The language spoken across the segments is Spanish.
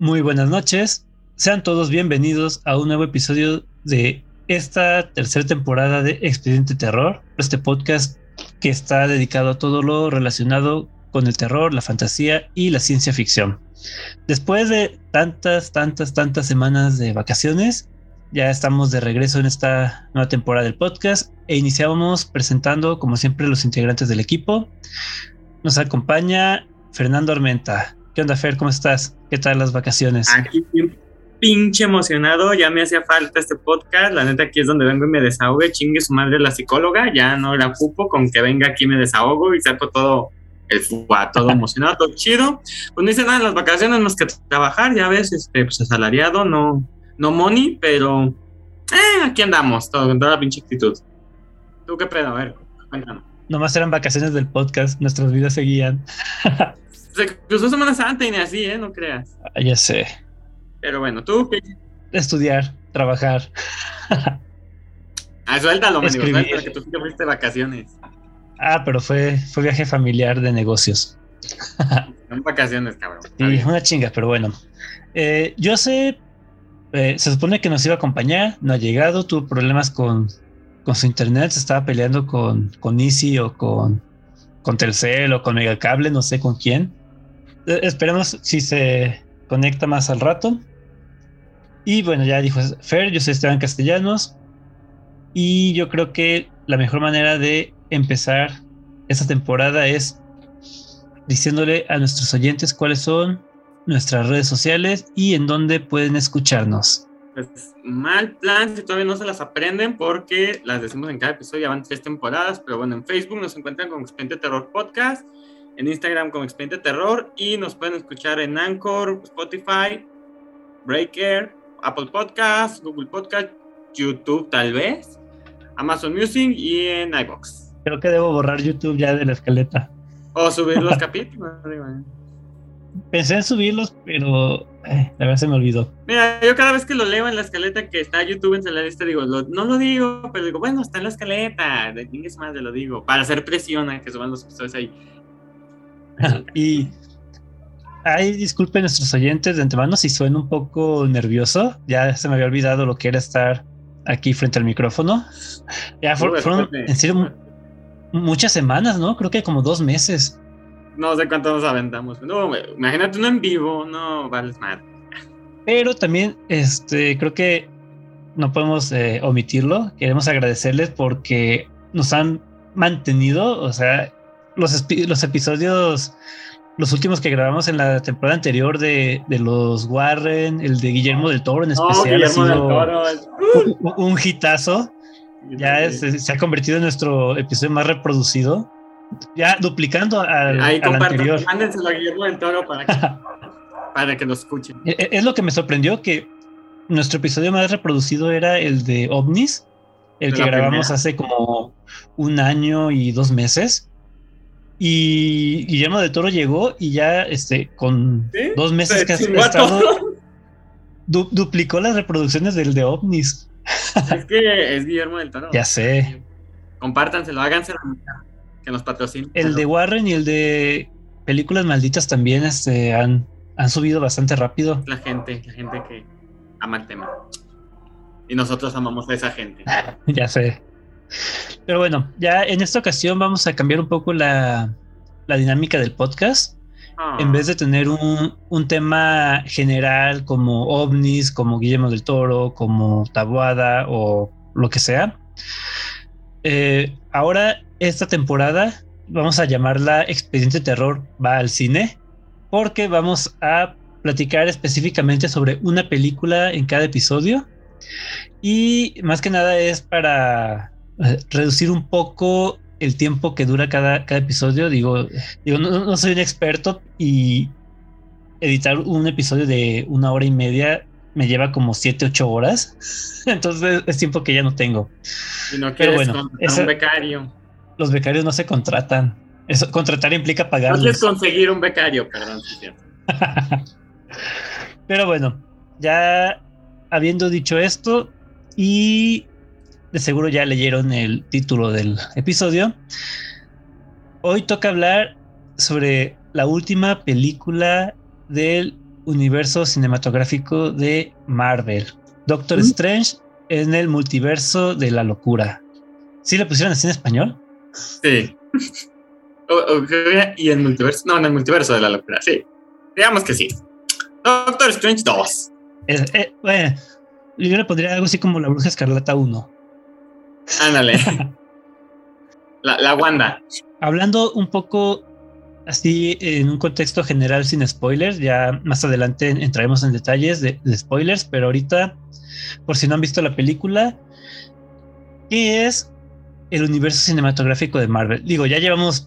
Muy buenas noches, sean todos bienvenidos a un nuevo episodio de esta tercera temporada de Expediente Terror, este podcast que está dedicado a todo lo relacionado con el terror, la fantasía y la ciencia ficción. Después de tantas semanas de vacaciones, ya estamos de regreso en esta nueva temporada del podcast e iniciamos presentando, como siempre, los integrantes del equipo. Nos acompaña Fernando Armenta. ¿Qué onda, Fer? ¿Cómo estás? ¿Qué tal las vacaciones? Aquí bien pinche emocionado, ya me hacía falta este podcast, la neta aquí es donde vengo y me desahogo, chingue su madre la psicóloga, ya no la ocupo, con que venga aquí me desahogo y saco todo el fuá, todo emocionado, todo chido. Pues no hice nada en las vacaciones más que trabajar, ya ves, pues asalariado, no money, pero aquí andamos, todo, con toda la pinche actitud. ¿Tú qué pedo? A ver, cuéntanos. Nomás eran vacaciones del podcast, nuestras vidas seguían. Se cruzó Semana Santa y ni así, no creas. Ya sé. Pero bueno, ¿tú qué? Estudiar, trabajar. Suéltalo, mendigo, Escribir. suéltalo, que tú sí te fuiste de vacaciones. Pero fue viaje familiar de negocios. Son vacaciones, cabrón. Sí, una chinga, pero bueno. Yo sé, se supone que nos iba a acompañar, no ha llegado, tuvo problemas con su internet, se estaba peleando con Easy o con Telcel o con Megacable, no sé con quién. Esperemos si se conecta más al rato. Y bueno, ya dijo Fer, yo soy Esteban Castellanos. Y yo creo que la mejor manera de empezar esta temporada es diciéndole a nuestros oyentes cuáles son nuestras redes sociales y en dónde pueden escucharnos. Pues mal plan si todavía no se las aprenden porque las decimos en cada episodio, ya van 3 temporadas, pero bueno, en Facebook nos encuentran con Expediente Terror Podcast, en Instagram con Expediente Terror y nos pueden escuchar en Anchor, Spotify, Breaker, Apple Podcast, Google Podcast, YouTube tal vez, Amazon Music y en iVoox. Creo que debo borrar YouTube ya de la escaleta. O subir los capítulos. Pensé en subirlos, pero la verdad se me olvidó. Mira, yo cada vez que lo leo en la escaleta que está YouTube en la lista, digo, no lo digo, pero digo, bueno, está en la escaleta, de chingues madre lo digo, para hacer presión a que suban los episodios ahí. Y disculpen nuestros oyentes de antemano si suena un poco nervioso, ya se me había olvidado lo que era estar aquí frente al micrófono. Ya fueron en serio muchas semanas, ¿no? Creo que como 2 meses. No sé cuánto nos aventamos. No, imagínate uno en vivo, no vales madre. Pero también creo que no podemos omitirlo. Queremos agradecerles porque nos han mantenido, o sea, los episodios, los últimos que grabamos en la temporada anterior de los Warren, el de Guillermo del Toro en especial, Guillermo del Toro un hitazo. Ya se ha convertido en nuestro episodio más reproducido, ya duplicando al anterior. Mándenselo a Guillermo del Toro para que lo escuchen. Es lo que me sorprendió, que nuestro episodio más reproducido era el de OVNIs, el que grabamos hace como 1 año y 2 meses. Y Guillermo del Toro llegó y ya con 2 meses que ha estado duplicó las reproducciones del de OVNIs. Es que es Guillermo del Toro. Ya sé. Compártanselo, háganselo que nos patrocinen. El de Warren y el de Películas Malditas también han subido bastante rápido. La gente que ama el tema. Y nosotros amamos a esa gente. Ya sé. Pero bueno, ya en esta ocasión vamos a cambiar un poco la dinámica del podcast. En vez de tener un tema general como OVNIs, como Guillermo del Toro, como Taboada o lo que sea, ahora esta temporada vamos a llamarla Expediente Terror va al cine, porque vamos a platicar específicamente sobre una película en cada episodio y más que nada es para reducir un poco el tiempo que dura cada episodio. Digo, no soy un experto y editar un episodio de 1 hora y media me lleva como 7-8 horas. Entonces es tiempo que ya no tengo. Y no quieres contratar un becario. Los becarios no se contratan. Contratar implica pagarles. No quieres conseguir un becario, perdón, sí es cierto. Pero bueno, ya habiendo dicho esto, y de seguro ya leyeron el título del episodio, hoy toca hablar sobre la última película del universo cinematográfico de Marvel. Doctor Strange en el multiverso de la locura. ¿Sí le pusieron así en español? Sí. ¿Y en multiverso? No, en el multiverso de la locura, sí. Digamos que sí. Doctor Strange 2. Bueno, yo le pondría algo así como La Bruja Escarlata 1. Ándale. la Wanda. Hablando un poco así en un contexto general sin spoilers, ya más adelante entraremos en detalles de spoilers, pero ahorita, por si no han visto la película, ¿qué es el universo cinematográfico de Marvel? Digo, ya llevamos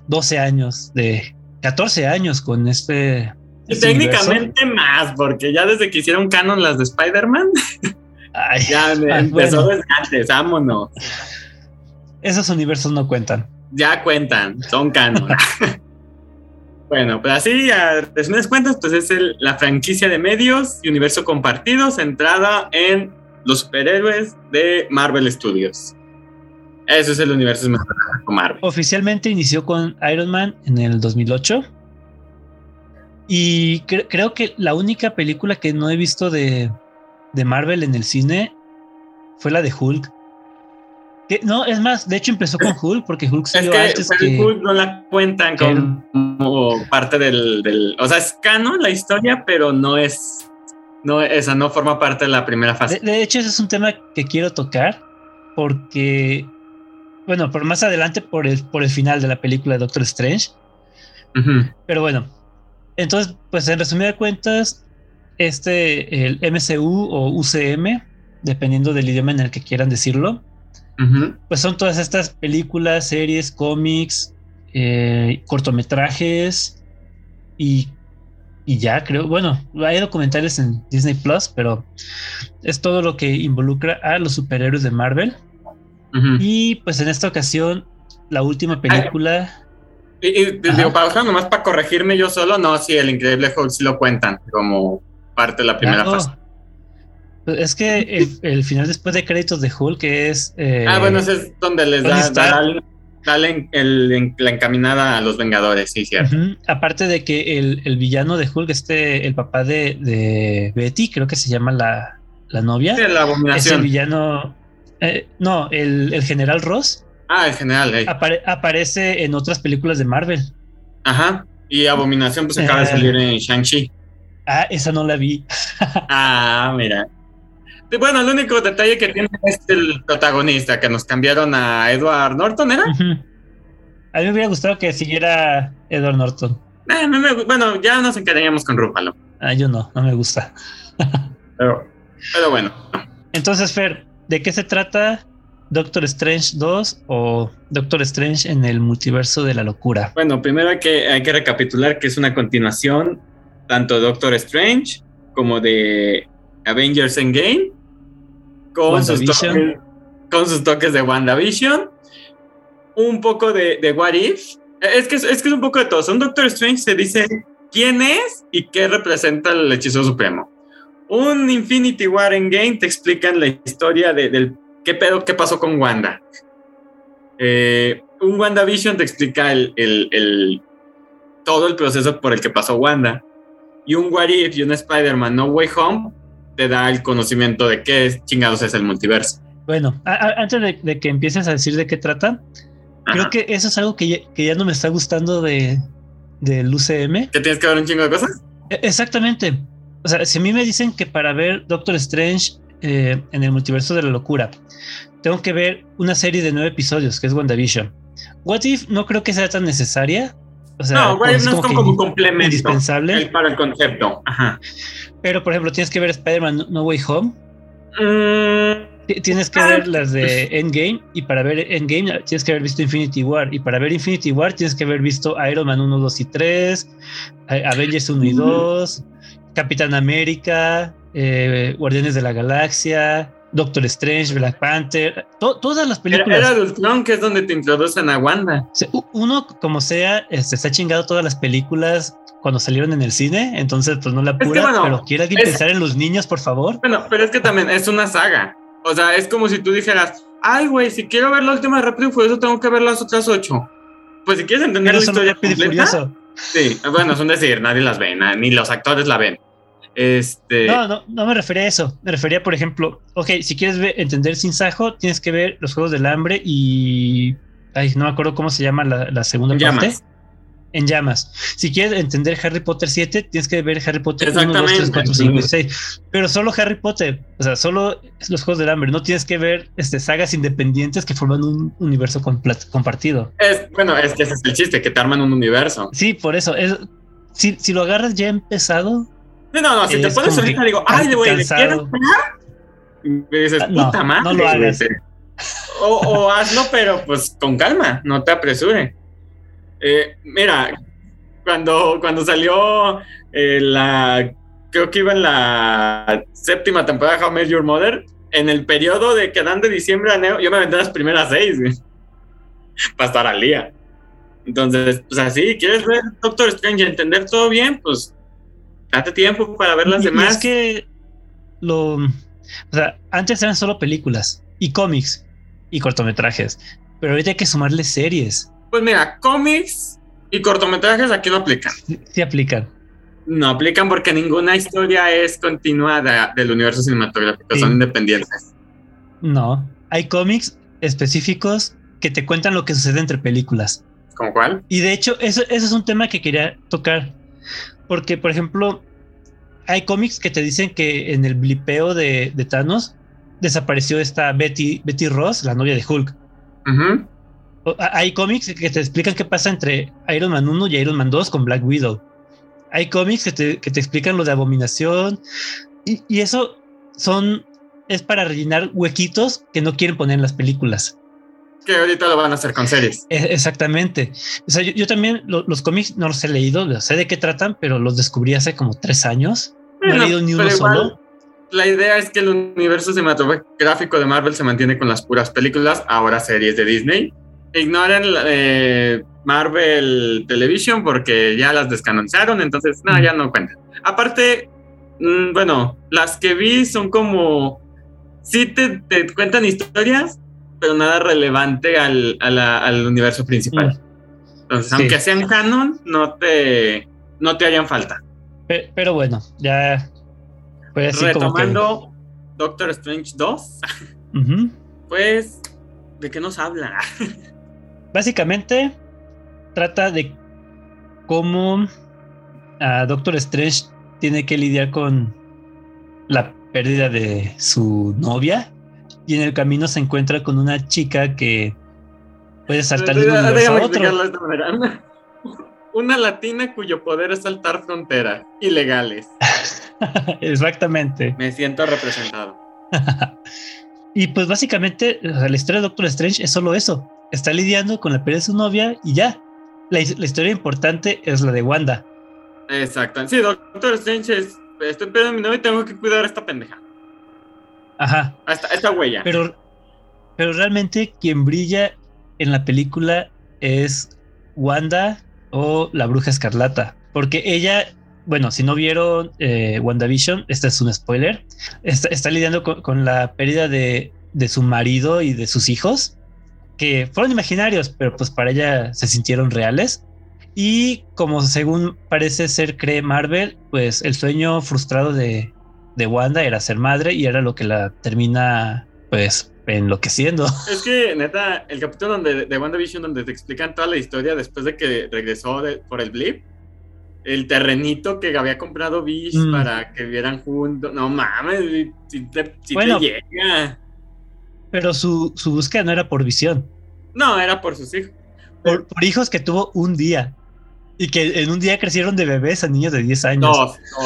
14 años con este técnicamente universo. Más, porque ya desde que hicieron canon las de Spider-Man, ya empezó desde antes, vámonos. Esos universos no cuentan. Ya cuentan, son canon. Bueno, pues así, a resumidas cuentas, pues es la franquicia de medios y universo compartido centrada en los superhéroes de Marvel Studios. Eso es el universo cinematográfico Marvel. Oficialmente inició con Iron Man en el 2008. Y creo que la única película que no he visto de Marvel en el cine fue la de Hulk. No, es más, de hecho empezó con Hulk, porque Hulk salió antes que... Hulk no la cuentan como parte del... O sea, es canon la historia, pero esa no forma parte de la primera fase. De hecho, ese es un tema que quiero tocar, porque... Bueno, por más adelante, por el final de la película de Doctor Strange. Uh-huh. Pero bueno, entonces, pues en resumidas cuentas, el MCU o UCM, dependiendo del idioma en el que quieran decirlo, uh-huh, pues son todas estas películas, series, cómics, cortometrajes y ya creo, bueno, hay documentales en Disney Plus, pero es todo lo que involucra a los superhéroes de Marvel. Uh-huh. Y pues en esta ocasión, la última película... digo, pausa nomás para corregirme yo solo, no, sí, el Increíble Hulk sí lo cuentan como parte de la primera fase. Es que el final después de créditos de Hulk es... bueno, ese es donde les da la encaminada a los Vengadores, sí, cierto. Uh-huh. Aparte de que el villano de Hulk, el papá de Betty, creo que se llama la novia. Sí, la Abominación. Es el villano... no, el General Ross. El General. Aparece en otras películas de Marvel. Ajá. Y Abominación pues acaba de salir en Shang-Chi. Esa no la vi. Mira. Bueno, el único detalle que tiene es el protagonista, que nos cambiaron a Edward Norton, ¿era? Uh-huh. A mí me hubiera gustado que siguiera Edward Norton. Bueno, ya nos encariñamos con Rúfalo. Yo no me gusta. pero bueno. Entonces, Fer, ¿de qué se trata Doctor Strange 2 o Doctor Strange en el multiverso de la locura? Bueno, primero hay que recapitular que es una continuación tanto de Doctor Strange como de Avengers Endgame con sus toques de WandaVision, un poco de What If. Es que es un poco de todo. Un Doctor Strange se dice quién es y qué representa el hechizo supremo. Un Infinity War Endgame te explican la historia del qué pasó con Wanda. Un WandaVision te explica todo el proceso por el que pasó Wanda. Y un What If y un Spider-Man No Way Home te da el conocimiento de qué chingados es el multiverso. Bueno, antes de que empieces a decir de qué trata, creo que eso es algo que ya no me está gustando del UCM. ¿Que tienes que ver un chingo de cosas? Exactamente. O sea, si a mí me dicen que para ver Doctor Strange en el multiverso de la locura tengo que ver una serie de 9 episodios, que es WandaVision. What If no creo que sea tan necesaria. O sea, no, What If no es como complemento indispensable para el concepto. Ajá. Pero, por ejemplo, tienes que ver Spider-Man No Way Home. Tienes que ver las de Endgame. Y para ver Endgame tienes que haber visto Infinity War. Y para ver Infinity War tienes que haber visto Iron Man 1, 2 y 3, Avengers 1 y 2, Capitán América, Guardianes de la Galaxia, Doctor Strange, Black Panther, todas las películas. Era Ultron, que es donde te introducen a Wanda. Uno, como sea, se ha chingado todas las películas cuando salieron en el cine, entonces pues no la apura, pero ¿quiere alguien pensar en los niños, por favor? Bueno, pero es que también es una saga. O sea, es como si tú dijeras, ay, güey, si quiero ver la última de Rápido y Furioso, tengo que ver las otras 8. Pues si quieres entender la historia completa, sí, bueno, es un decir, nadie las ve, ni los actores la ven. No me refería a eso. Me refería, por ejemplo, ok, si quieres entender Sin Sajo, tienes que ver Los Juegos del Hambre y... Ay, no me acuerdo cómo se llama la segunda parte. En Llamas. Si quieres entender Harry Potter 7, tienes que ver Harry Potter 1, 2, 3, 4, 5 y 6. Pero solo Harry Potter, o sea, solo Los Juegos del Hambre. No tienes que ver sagas independientes que forman un universo compartido. Es que ese es el chiste, que te arman un universo. Sí, por eso. Si lo agarras ya empezado... No, si te pones ahorita digo, ay, güey, ¿le quieres pegar? Me dices, puta madre. No lo hagas. O hazlo, pero pues con calma, no te apresure. Mira, cuando salió creo que iba en la 7ª temporada de How I Met Your Mother, en el periodo de que dan de diciembre a enero, yo me aventé las primeras 6, güey, para estar al día. Entonces, pues así, ¿quieres ver Doctor Strange y entender todo bien? Pues date tiempo para ver las demás. Es que antes eran solo películas y cómics y cortometrajes, pero ahorita hay que sumarle series. Pues mira, cómics y cortometrajes aquí no aplican. Sí aplican. No aplican porque ninguna historia es continuada del universo cinematográfico, sí. Son independientes. No, hay cómics específicos que te cuentan lo que sucede entre películas. ¿Cómo cuál? Y de hecho, eso es un tema que quería tocar. Porque, por ejemplo, hay cómics que te dicen que en el blipeo de Thanos desapareció esta Betty Ross, la novia de Hulk. Uh-huh. Hay cómics que te explican qué pasa entre Iron Man 1 y Iron Man 2 con Black Widow. Hay cómics que te explican lo de Abominación. Y eso es para rellenar huequitos que no quieren poner en las películas. Que ahorita lo van a hacer con series. Exactamente. O sea, yo también los cómics no los he leído, sé de qué tratan, pero los descubrí hace como 3 años. No he leído ni uno solo. La idea es que el universo cinematográfico de Marvel se mantiene con las puras películas, ahora series de Disney. Ignoren Marvel Television porque ya las descanonizaron, entonces ya no cuentan. Aparte, las que vi son como... Sí te cuentan historias, pero nada relevante al universo principal. Entonces, sí, aunque sean canon, no te harían falta. Pero bueno, ya fue así. Retomando como que... Doctor Strange 2, pues, ¿de qué nos habla? Básicamente, trata de cómo Doctor Strange tiene que lidiar con la pérdida de su novia. Y en el camino se encuentra con una chica que puede saltar de un universo a otro. Una latina cuyo poder es saltar fronteras ilegales. Exactamente. Me siento representado. Y pues básicamente la historia de Doctor Strange es solo eso. Está lidiando con la pérdida de su novia y ya. La historia importante es la de Wanda. Exacto. Sí, Doctor Strange estoy perdiendo a mi novia y tengo que cuidar a esta pendeja. Ajá. Esta huella. Pero realmente quien brilla en la película es Wanda o la Bruja Escarlata. Porque ella, bueno, si no vieron WandaVision, este es un spoiler, está lidiando con la pérdida de su marido y de sus hijos, que fueron imaginarios, pero pues para ella se sintieron reales. Y como según parece ser cree Marvel, pues el sueño frustrado de Wanda era ser madre y era lo que la termina pues enloqueciendo. Es que neta, el capítulo de WandaVision donde te explican toda la historia después de que regresó por el blip, el terrenito que había comprado Vish para que vieran juntos, no mames, si te llega. Pero su búsqueda no era por visión. No, era por sus hijos. Por hijos que tuvo un día. Y que en un día crecieron de bebés a niños de 10 años.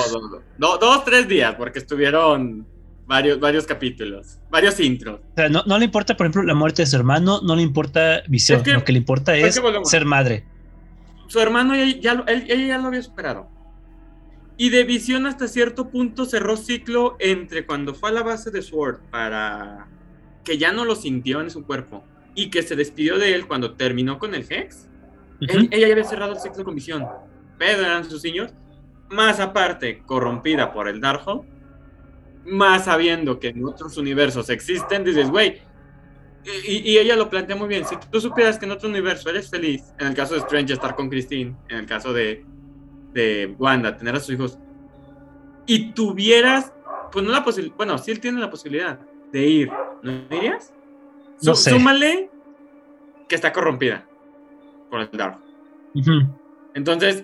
3 días, porque estuvieron varios capítulos, varios intros. O sea, no le importa, por ejemplo, la muerte de su hermano, no le importa visión. Lo que le importa es ser madre. Su hermano ella ya lo había superado. Y de visión hasta cierto punto cerró ciclo entre cuando fue a la base de SWORD para que ya no lo sintió en su cuerpo y que se despidió de él cuando terminó con el Hex. Ella ya había cerrado el ciclo con visión, pero eran sus niños, más aparte corrompida por el Darkhold, más sabiendo que en otros universos existen, dices, güey, y ella lo plantea muy bien, si tú supieras que en otro universo eres feliz, en el caso de Strange estar con Christine, en el caso de Wanda tener a sus hijos, y tuvieras, pues no la posibilidad, bueno, si él tiene la posibilidad de ir, ¿no irías? No sé. Súmale que está corrompida por el Dark. Entonces,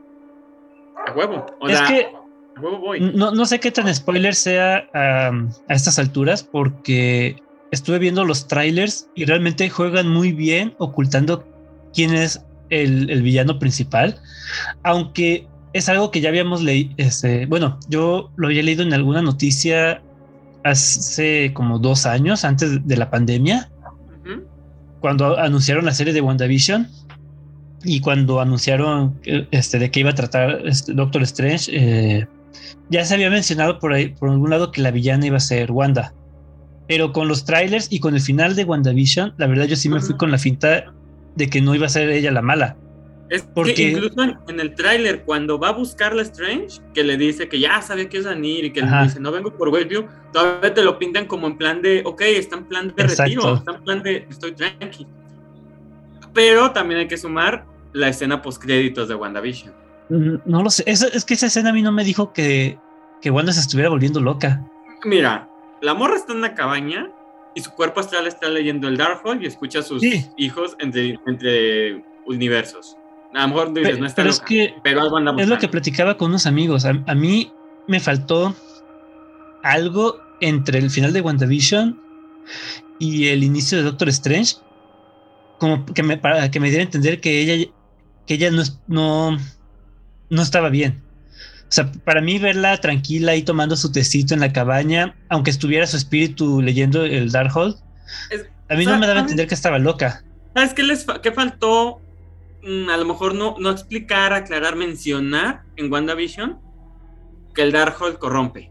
a huevo. O es sea, que a huevo voy. No sé qué tan spoiler sea a estas alturas, porque estuve viendo los trailers y realmente juegan muy bien ocultando quién es el villano principal, aunque es algo que ya habíamos leído. Bueno, yo lo había leído en alguna noticia hace como 2 años, antes de la pandemia, cuando anunciaron la serie de WandaVision y cuando anunciaron de que iba a tratar Doctor Strange. Ya se había mencionado por ahí, por algún lado, que la villana iba a ser Wanda. Pero con los trailers y con el final de WandaVision, la verdad yo sí me fui con la finta de que no iba a ser ella la mala. Es porque que incluso en el tráiler, cuando va a buscarla Strange, que le dice que ya sabe que es Anir y que le dice, no vengo por Westview, todavía te lo pintan como en plan de, ok, está en plan de retiro, está en plan de estoy tranqui. Pero también hay que sumar la escena post-créditos de WandaVision. No lo sé, es que esa escena a mí no me dijo que Wanda se estuviera volviendo loca. Mira, la morra está en una cabaña y su cuerpo astral está leyendo el Darkhold y escucha a sus hijos entre universos. A lo mejor dices, no está pero loca, es que pero algo anda buscando. Es lo que platicaba con unos amigos. A mí me faltó algo entre el final de WandaVision y el inicio de Doctor Strange, como que para que me diera a entender que ella no estaba bien. O sea, para mí verla tranquila ahí tomando su tecito en la cabaña, aunque estuviera su espíritu leyendo el Darkhold, a mí no me daba a entender que estaba loca. ¿Sabes qué faltó? A lo mejor no explicar, aclarar, mencionar en WandaVision que el Darkhold corrompe.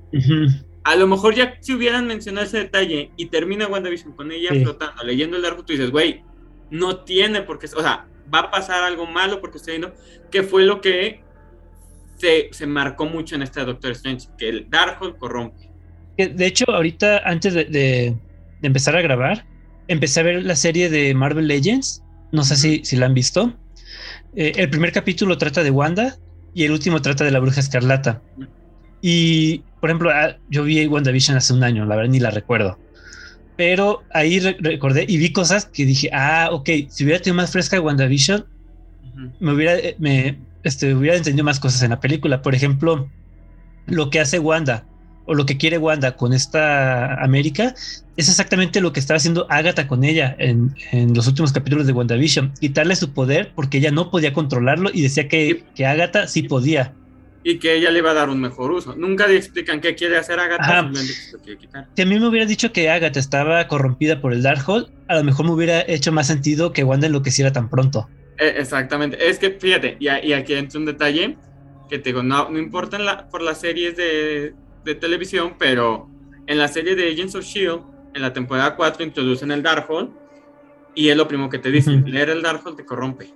A lo mejor ya si hubieran mencionado ese detalle y termina WandaVision con ella flotando, leyendo el Darkhold, tú dices, güey, no tiene por qué, o sea, va a pasar algo malo porque estoy viendo que fue lo que se marcó mucho en esta Doctor Strange, que el Darkhold corrompe. De hecho, ahorita, antes de empezar a grabar, empecé a ver la serie de Marvel Legends. No sé si la han visto. El primer capítulo trata de Wanda y el último trata de la Bruja Escarlata. Y, por ejemplo, yo vi WandaVision hace un año, la verdad ni la recuerdo. Pero ahí recordé y vi cosas que dije, ok, si hubiera tenido más fresca WandaVision, me hubiera entendido más cosas en la película. Por ejemplo, lo que hace Wanda o lo que quiere Wanda con esta América es exactamente lo que estaba haciendo Agatha con ella en los últimos capítulos de WandaVision, quitarle su poder porque ella no podía controlarlo y decía que Agatha sí podía. Y que ella le iba a dar un mejor uso. Nunca le explican qué quiere hacer Agatha, simplemente que se lo quiere quitar. Si a mí me hubiera dicho que Agatha estaba corrompida por el Darkhold, a lo mejor me hubiera hecho más sentido que Wanda enloqueciera tan pronto. Exactamente. Es que fíjate, y aquí entra un detalle que te digo, no importa por las series de televisión, pero en la serie de Agents of S.H.I.E.L.D., en la temporada 4 introducen el Darkhold y es lo primero que te dicen, leer el Darkhold te corrompe.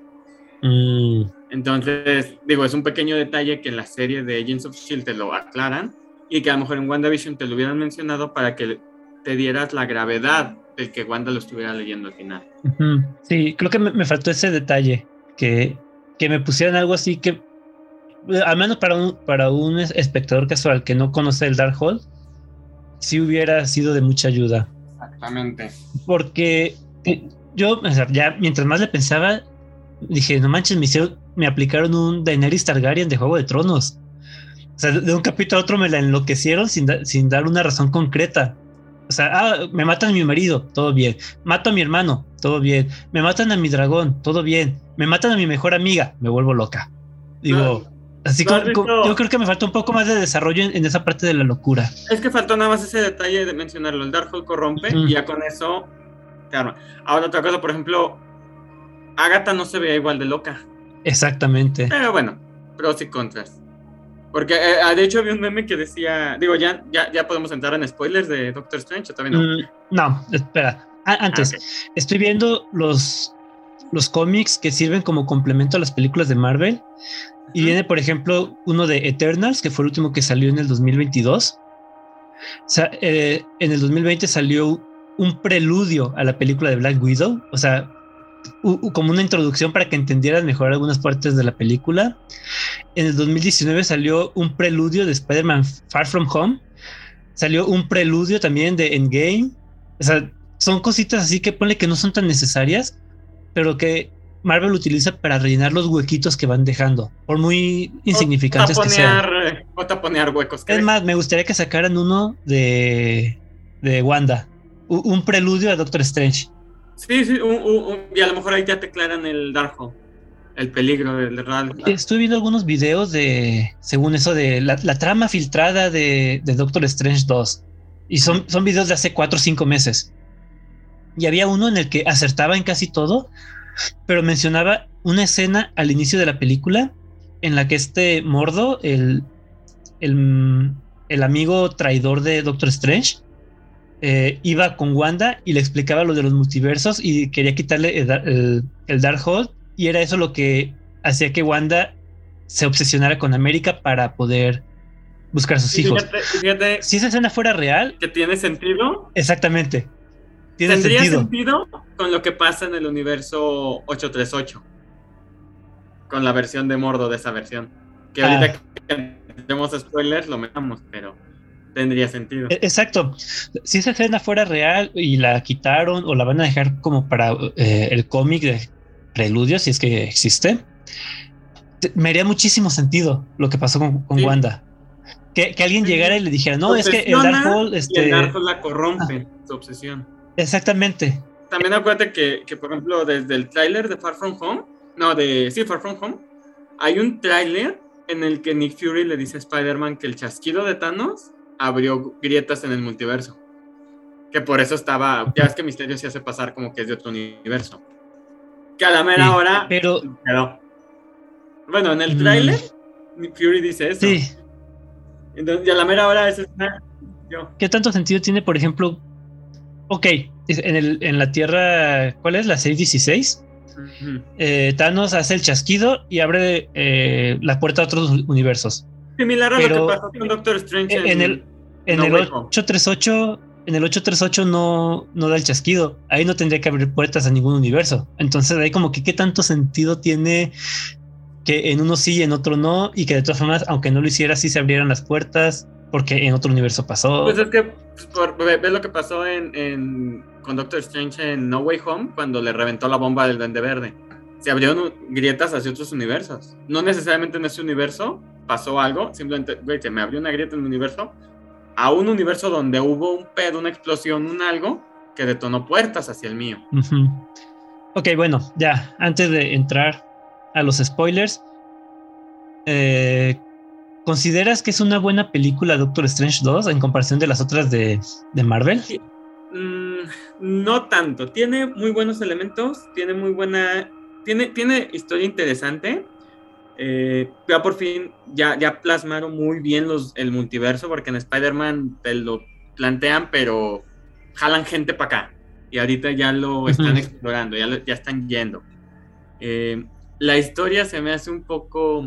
Entonces, digo, es un pequeño detalle que en la serie de Agents of S.H.I.E.L.D. te lo aclaran y que a lo mejor en WandaVision te lo hubieran mencionado para que te dieras la gravedad del que Wanda lo estuviera leyendo al final. Sí, creo que me faltó ese detalle, que me pusieran algo así que, al menos para un espectador casual que no conoce el Darkhold, sí hubiera sido de mucha ayuda. Exactamente. Porque yo, o sea, ya mientras más le pensaba, dije, no manches, me aplicaron un Daenerys Targaryen de Juego de Tronos. O sea, de un capítulo a otro me la enloquecieron sin dar una razón concreta. O sea, me matan a mi marido, todo bien. Mato a mi hermano, todo bien. Me matan a mi dragón, todo bien. Me matan a mi mejor amiga, me vuelvo loca. Digo, así como yo creo que me faltó un poco más de desarrollo en esa parte de la locura. Es que faltó nada más ese detalle de mencionarlo. El Darkhold corrompe y ya con eso te arma. Ahora otra cosa, por ejemplo, Agatha no se veía igual de loca. Exactamente. Pero bueno, pros y contras. Porque de hecho había un meme que decía, digo, ya podemos entrar en spoilers de Doctor Strange, ¿o todavía no? No, espera. Antes, estoy viendo los cómics que sirven como complemento a las películas de Marvel. Y viene, por ejemplo, uno de Eternals, que fue el último que salió en el 2022. O sea, en el 2020 salió un preludio a la película de Black Widow. O sea, como una introducción para que entendieras mejor algunas partes de la película. En el 2019 salió un preludio de Spider-Man Far From Home. Salió un preludio también de Endgame. O sea, son cositas así que ponle que no son tan necesarias, pero que Marvel utiliza para rellenar los huequitos que van dejando, por muy insignificantes que sean. O taponear huecos. Es más, me gustaría que sacaran uno de Wanda, un preludio a Doctor Strange. Sí, y a lo mejor ahí ya te aclaran el Darkhold, el peligro del real. Estuve viendo algunos videos según eso, de la trama filtrada de Doctor Strange 2. Y son videos de hace 4 o 5 meses. Y había uno en el que acertaba en casi todo, pero mencionaba una escena al inicio de la película en la que Mordo, el amigo traidor de Doctor Strange, iba con Wanda y le explicaba lo de los multiversos y quería quitarle el Darkhold, y era eso lo que hacía que Wanda se obsesionara con América para poder buscar a sus hijos. Fíjate, si esa escena fuera real, que tiene sentido. Exactamente. Tendría sentido con lo que pasa en el universo 838, con la versión de Mordo de esa versión. Que ahorita que tenemos spoilers lo metamos, pero tendría sentido. Exacto. Si esa escena fuera real y la quitaron o la van a dejar como para el cómic de Preludio, si es que existe, me haría muchísimo sentido lo que pasó con Wanda. Que alguien llegara y le dijera, no, es que el Darkhold... el Darkhold la corrompe, su obsesión. Exactamente. También acuérdate que, por ejemplo, desde el tráiler de Far From Home, Far From Home, hay un tráiler en el que Nick Fury le dice a Spider-Man que el chasquido de Thanos abrió grietas en el multiverso. Que por eso estaba... Ya ves que Mysterio se hace pasar como que es de otro universo. Que a la mera hora... Pero... Bueno, en el tráiler, Nick Fury dice eso. Sí. Entonces, y a la mera hora es... ¿Qué tanto sentido tiene, por ejemplo... Ok, en la Tierra... ¿Cuál es? ¿La 616? Uh-huh. Thanos hace el chasquido y abre la puerta a otros universos. Similar a lo que pasó con Doctor Strange en el 838. En el 838 no da el chasquido. Ahí no tendría que abrir puertas a ningún universo. Entonces ahí como que qué tanto sentido tiene que en uno sí y en otro no, y que de todas formas, aunque no lo hiciera, sí se abrieran las puertas porque en otro universo pasó. Pues es que ves lo que pasó con Doctor Strange en No Way Home, cuando le reventó la bomba del Duende Verde. Se abrieron grietas hacia otros universos. No necesariamente en ese universo pasó algo, simplemente, se me abrió una grieta en el universo, a un universo donde hubo un pedo, una explosión, un algo que detonó puertas hacia el mío. Uh-huh. Ok, bueno, ya, antes de entrar a los spoilers, ¿consideras que es una buena película Doctor Strange 2 en comparación de las otras de Marvel? Sí. No tanto. Tiene muy buenos elementos, tiene muy buena... Tiene historia interesante. Ya por fin ya plasmaron muy bien el multiverso, porque en Spider-Man te lo plantean, pero jalan gente para acá. Y ahorita ya lo están explorando, ya están yendo. La historia se me hace un poco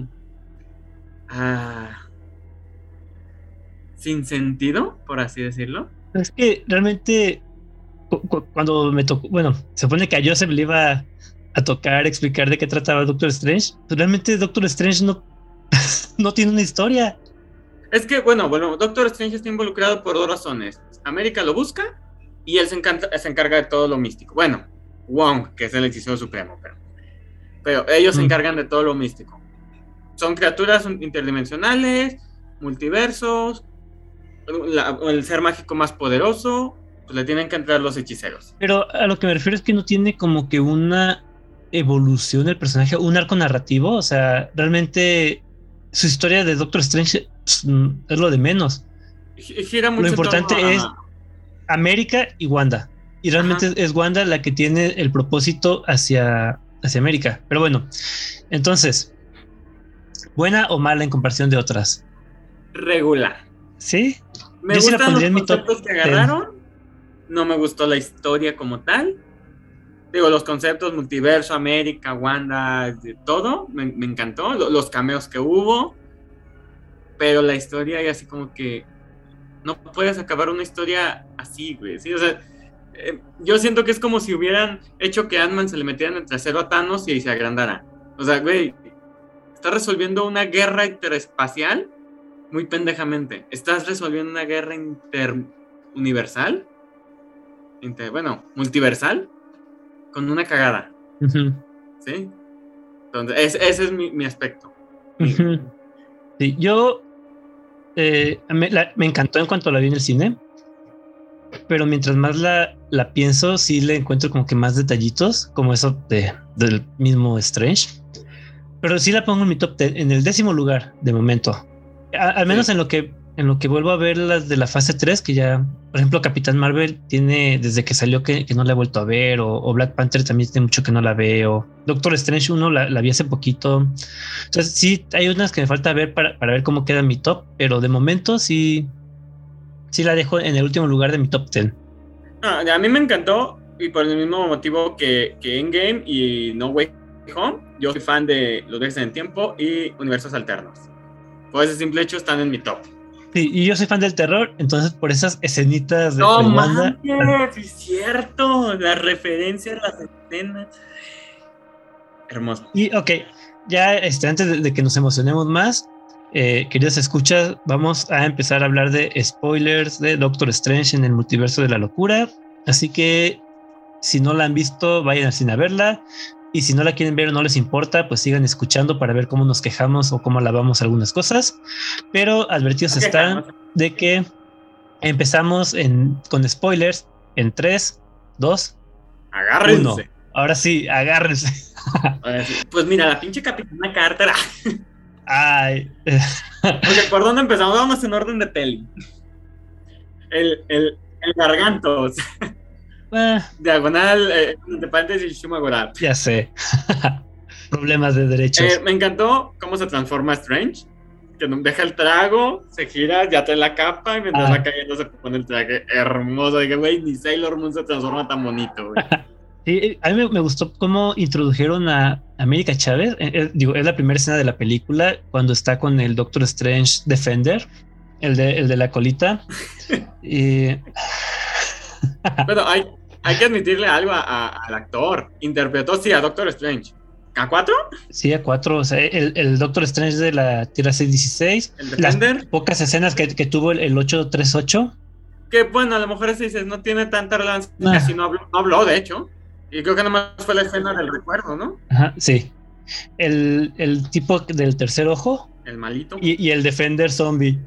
sin sentido, por así decirlo. Es que realmente cuando me tocó, bueno, se supone que a Joseph le iba a tocar explicar de qué trataba Doctor Strange, pero realmente Doctor Strange no tiene una historia. Es que, bueno, Doctor Strange está involucrado por 2 razones. América lo busca y él se encarga de todo lo místico. Bueno, Wong, que es el hechicero supremo, pero ellos se encargan de todo lo místico. Son criaturas interdimensionales, multiversos, el ser mágico más poderoso, pues le tienen que entrar los hechiceros. Pero a lo que me refiero es que no tiene como que una evolución del personaje, un arco narrativo. O sea, realmente su historia de Doctor Strange es lo de menos. Gira mucho. Lo importante es América y Wanda. Y realmente es Wanda la que tiene el propósito hacia América. Pero bueno, entonces, ¿buena o mala en comparación de otras? Regular. ¿Sí? Me gustan los conceptos que agarraron. No me gustó la historia como tal. Digo, los conceptos, multiverso, América, Wanda, de todo, me encantó. Los cameos que hubo. Pero la historia, y así como que no puedes acabar una historia así, güey. ¿Sí? O sea, Yo siento que es como si hubieran hecho que Ant-Man se le metiera en el trasero a Thanos y se agrandara. O sea, güey, estás resolviendo una guerra interespacial muy pendejamente. Estás resolviendo una guerra interuniversal, multiversal, con una cagada. Uh-huh. ¿Sí? Entonces, ese es mi aspecto. Uh-huh. Sí, yo me encantó en cuanto la vi en el cine, pero mientras más la pienso, sí le encuentro como que más detallitos, como eso del mismo Strange. Pero sí la pongo en mi top 10, en el 10º lugar de momento. Al menos sí. en lo que vuelvo a ver las de la fase 3, que ya, por ejemplo, Capitán Marvel tiene desde que salió que no la he vuelto a ver, o Black Panther también tiene mucho que no la veo. Doctor Strange 1 la vi hace poquito. Entonces sí, hay unas que me falta ver para ver cómo queda mi top, pero de momento sí la dejo en el último lugar de mi top 10. A mí me encantó, y por el mismo motivo que Endgame y No Way Home, yo soy fan de los viajes en el tiempo y universos alternos. Por ese simple hecho están en mi top. Sí, y yo soy fan del terror, entonces por esas escenitas de Wanda. ¡No, es cierto! Las referencias, las escenas. Hermoso. Y ok, ya antes de que nos emocionemos más, queridos escuchas, vamos a empezar a hablar de spoilers de Doctor Strange en el multiverso de la locura. Así que si no la han visto, vayan al cine a verla. Y si no la quieren ver o no les importa, pues sigan escuchando para ver cómo nos quejamos o cómo alabamos algunas cosas. Pero advertidos están de que empezamos con spoilers en 3, 2, agárrense. 1. Ahora sí, agárrense. Pues mira, la pinche Capitana Carter. Ay. Porque ¿por dónde empezamos? Vamos en orden de peli. El Gargantos. Diagonal de paréntesis Shumagorat. Ya sé. Problemas de derechos. Me encantó cómo se transforma Strange. Que deja el trago, se gira, ya trae la capa y mientras va cayendo se pone el traje hermoso. Dije, güey, ni Sailor Moon se transforma tan bonito, güey. Sí, a mí me gustó cómo introdujeron a América Chávez. Es la primera escena de la película cuando está con el Doctor Strange Defender, el de la colita. Y... Bueno, hay que admitirle algo al actor. Interpretó, sí, a Doctor Strange. ¿A 4? Sí, a 4. O sea, el Doctor Strange de la Tierra 616. El Defender. Las pocas escenas que tuvo el 838. Que bueno, a lo mejor ese dices, no tiene tanta relevancia. Casi no habló, de hecho. Y creo que nomás fue la escena del recuerdo, ¿no? Ajá, sí. El tipo del tercer ojo. El malito. Y el Defender zombie.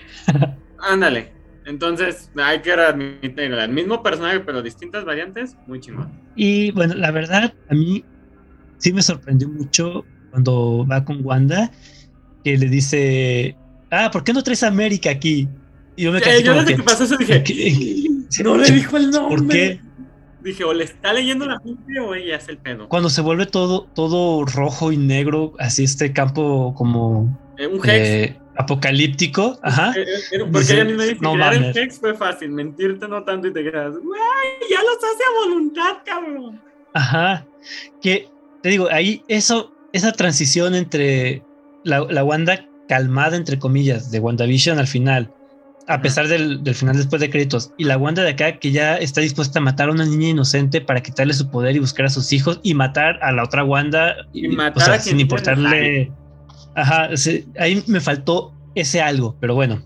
Ándale. Entonces, hay que admitir el mismo personaje, pero distintas variantes, muy chingón. Y bueno, la verdad, a mí sí me sorprendió mucho cuando va con Wanda, que le dice, ¿por qué no traes a América aquí? Y yo me quedé yo desde que pasó eso dije, no le dijo el nombre. ¿Por qué? Dije, o le está leyendo la mente o ella hace el pedo. Cuando se vuelve todo rojo y negro, así este campo como... un hex. Apocalíptico, ajá. Porque ella misma dice, no, crear el hex fue fácil, mentirte no tanto y te quedas, güey, ya los hace a voluntad, cabrón. Ajá, que te digo, ahí esa transición entre la Wanda calmada, entre comillas, de WandaVision al final, a pesar del final después de créditos, y la Wanda de acá que ya está dispuesta a matar a una niña inocente para quitarle su poder y buscar a sus hijos y matar a la otra Wanda, y matar a sin importarle... Ajá, sí, ahí me faltó ese algo, pero bueno,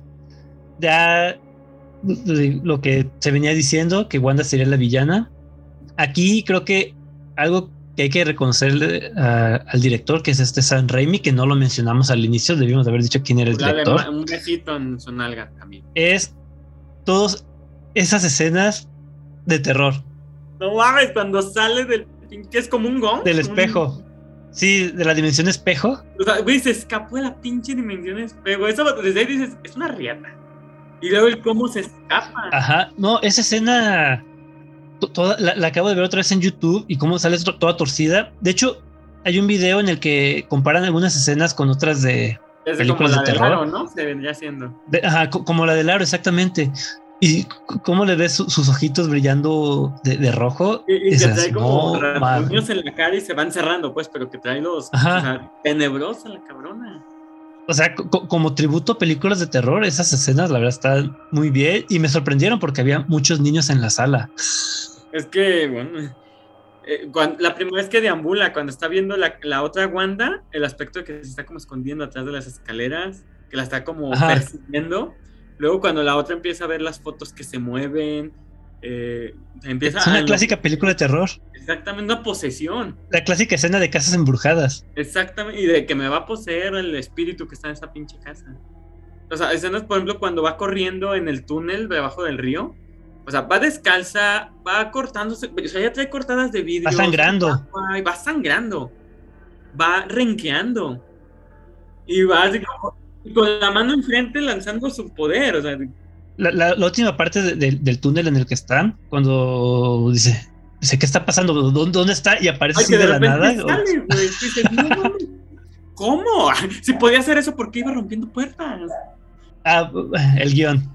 ya lo que se venía diciendo, que Wanda sería la villana. Aquí creo que algo que hay que reconocerle al director, que es Sam Raimi, que no lo mencionamos al inicio, debimos haber dicho quién era el director. Un besito en su nalga también. Es todas esas escenas de terror. No mames, cuando sale que es como un gong. Del espejo. Sí, de la dimensión espejo. O sea, güey, se escapó de la pinche dimensión espejo. Eso desde ahí dices, es una riata. Y luego el cómo se escapa. Ajá, no, esa escena la acabo de ver otra vez en YouTube y cómo sale toda torcida. De hecho, hay un video en el que comparan algunas escenas con otras de películas de terror. Aro, ¿no? Se vendría haciendo. Ajá, como la del aro, exactamente. Y cómo le ves sus ojitos brillando de rojo. Y que trae como rasguños en la cara y se van cerrando, pues, pero que trae los... Ajá. O sea, tenebrosa la cabrona. O sea, como tributo a películas de terror, esas escenas, la verdad, están muy bien. Y me sorprendieron porque había muchos niños en la sala. Es que, bueno, la primera vez que deambula, cuando está viendo la otra Wanda, el aspecto de que se está como escondiendo atrás de las escaleras, que la está como Ajá. persiguiendo. Luego cuando la otra empieza a ver las fotos que se mueven, empieza Es una clásica película de terror. Exactamente, una posesión. La clásica escena de casas embrujadas. Exactamente, y de que me va a poseer el espíritu que está en esa pinche casa. O sea, escenas, por ejemplo, cuando va corriendo en el túnel debajo del río. O sea, va descalza, va cortándose, o sea, ya trae cortadas de vidrio. Va sangrando. Va sangrando. Va renqueando. Y va así con la mano enfrente lanzando su poder. O sea, La última parte del túnel en el que están, cuando dice, ¿qué está pasando? ¿Dónde está? Y aparece así de la nada. Sale, güey. Dices, no, ¿cómo? Si podía hacer eso, ¿por qué iba rompiendo puertas? El guión.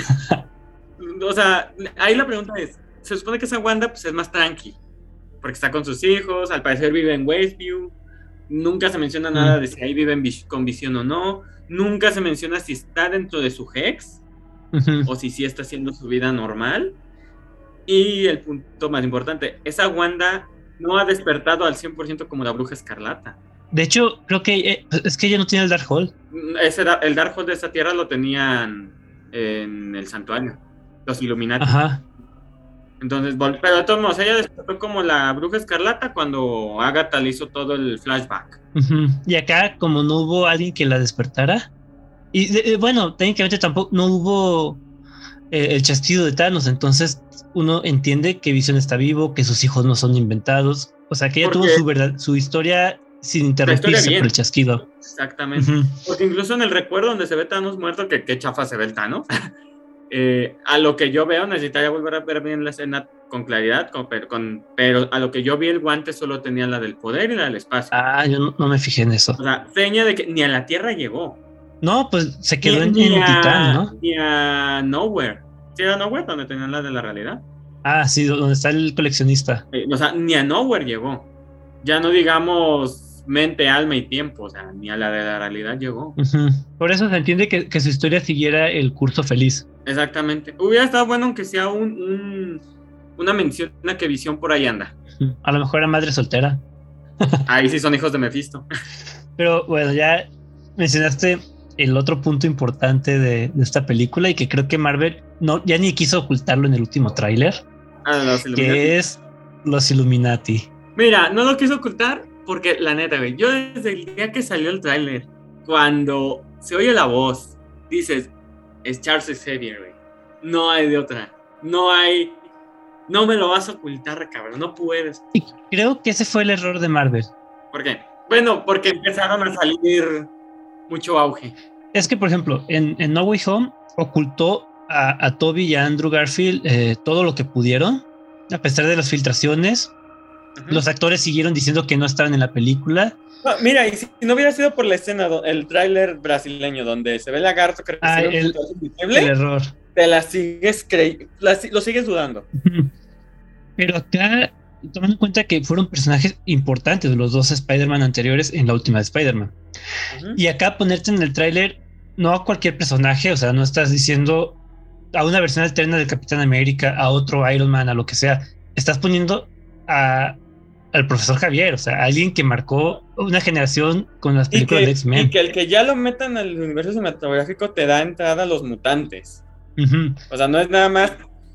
O sea, ahí la pregunta es, se supone que esa Wanda pues es más tranqui, porque está con sus hijos, al parecer vive en Westview, nunca se menciona nada de si ahí vive con visión o no, nunca se menciona si está dentro de su Hex, o si sí está haciendo su vida normal, y el punto más importante, esa Wanda no ha despertado al 100% como la Bruja Escarlata. De hecho, creo que es que ella no tiene el Darkhold. El Darkhold de esa tierra lo tenían en el santuario, los Illuminati. Ajá. Entonces, pero de todos modos, ella despertó como la Bruja Escarlata cuando Agatha le hizo todo el flashback. Y acá, como no hubo alguien que la despertara, y bueno, técnicamente tampoco no hubo el chasquido de Thanos, entonces uno entiende que Visión está vivo, que sus hijos no son inventados, o sea, que ella tuvo su historia sin interrumpirse por el chasquido. Exactamente. Porque incluso en el recuerdo donde se ve Thanos muerto, que qué chafa se ve el Thanos. A lo que yo veo, necesitaría volver a ver bien la escena con claridad, pero a lo que yo vi, el guante solo tenía la del poder y la del espacio. Yo no me fijé en eso. O sea, seña de que ni a la Tierra llegó. No, pues se quedó en Titán, ¿no? Ni a Nowhere. ¿Sí era Nowhere donde tenían la de la realidad? Sí, donde está el coleccionista. O sea, ni a Nowhere llegó. Ya no digamos mente, alma y tiempo, o sea, ni a la de la realidad llegó. Por eso se entiende que su historia siguiera el curso feliz. Exactamente. Hubiera estado bueno aunque sea una mención a que Visión por ahí anda. A lo mejor era madre soltera. Ahí sí son hijos de Mephisto. Pero bueno, ya mencionaste el otro punto importante de esta película y que creo que Marvel ya ni quiso ocultarlo en el último tráiler, que es los Illuminati. Mira, no lo quiso ocultar porque la neta, güey, yo desde el día que salió el tráiler, cuando se oye la voz, dices, es Charles Xavier, güey. No hay de otra. No me lo vas a ocultar, cabrón. No puedes. Y creo que ese fue el error de Marvel. ¿Por qué? Bueno, porque empezaron a salir mucho auge. Es que, por ejemplo, en No Way Home ocultó a Tobey y a Andrew Garfield todo lo que pudieron, a pesar de las filtraciones. Los actores siguieron diciendo que no estaban en la película. No, mira, y si no hubiera sido por la escena, el tráiler brasileño donde se ve el lagarto que el error. Te la sigues lo sigues dudando. Pero acá, tomando en cuenta que fueron personajes importantes de los dos Spider-Man anteriores en la última de Spider-Man. Y acá ponerte en el tráiler no a cualquier personaje, o sea, no estás diciendo a una versión alterna del Capitán América, a otro Iron Man, a lo que sea. Estás poniendo al profesor Javier, o sea, alguien que marcó una generación con las películas de X-Men. Y que el que ya lo metan al universo cinematográfico te da entrada a los mutantes. O sea, no es nada más.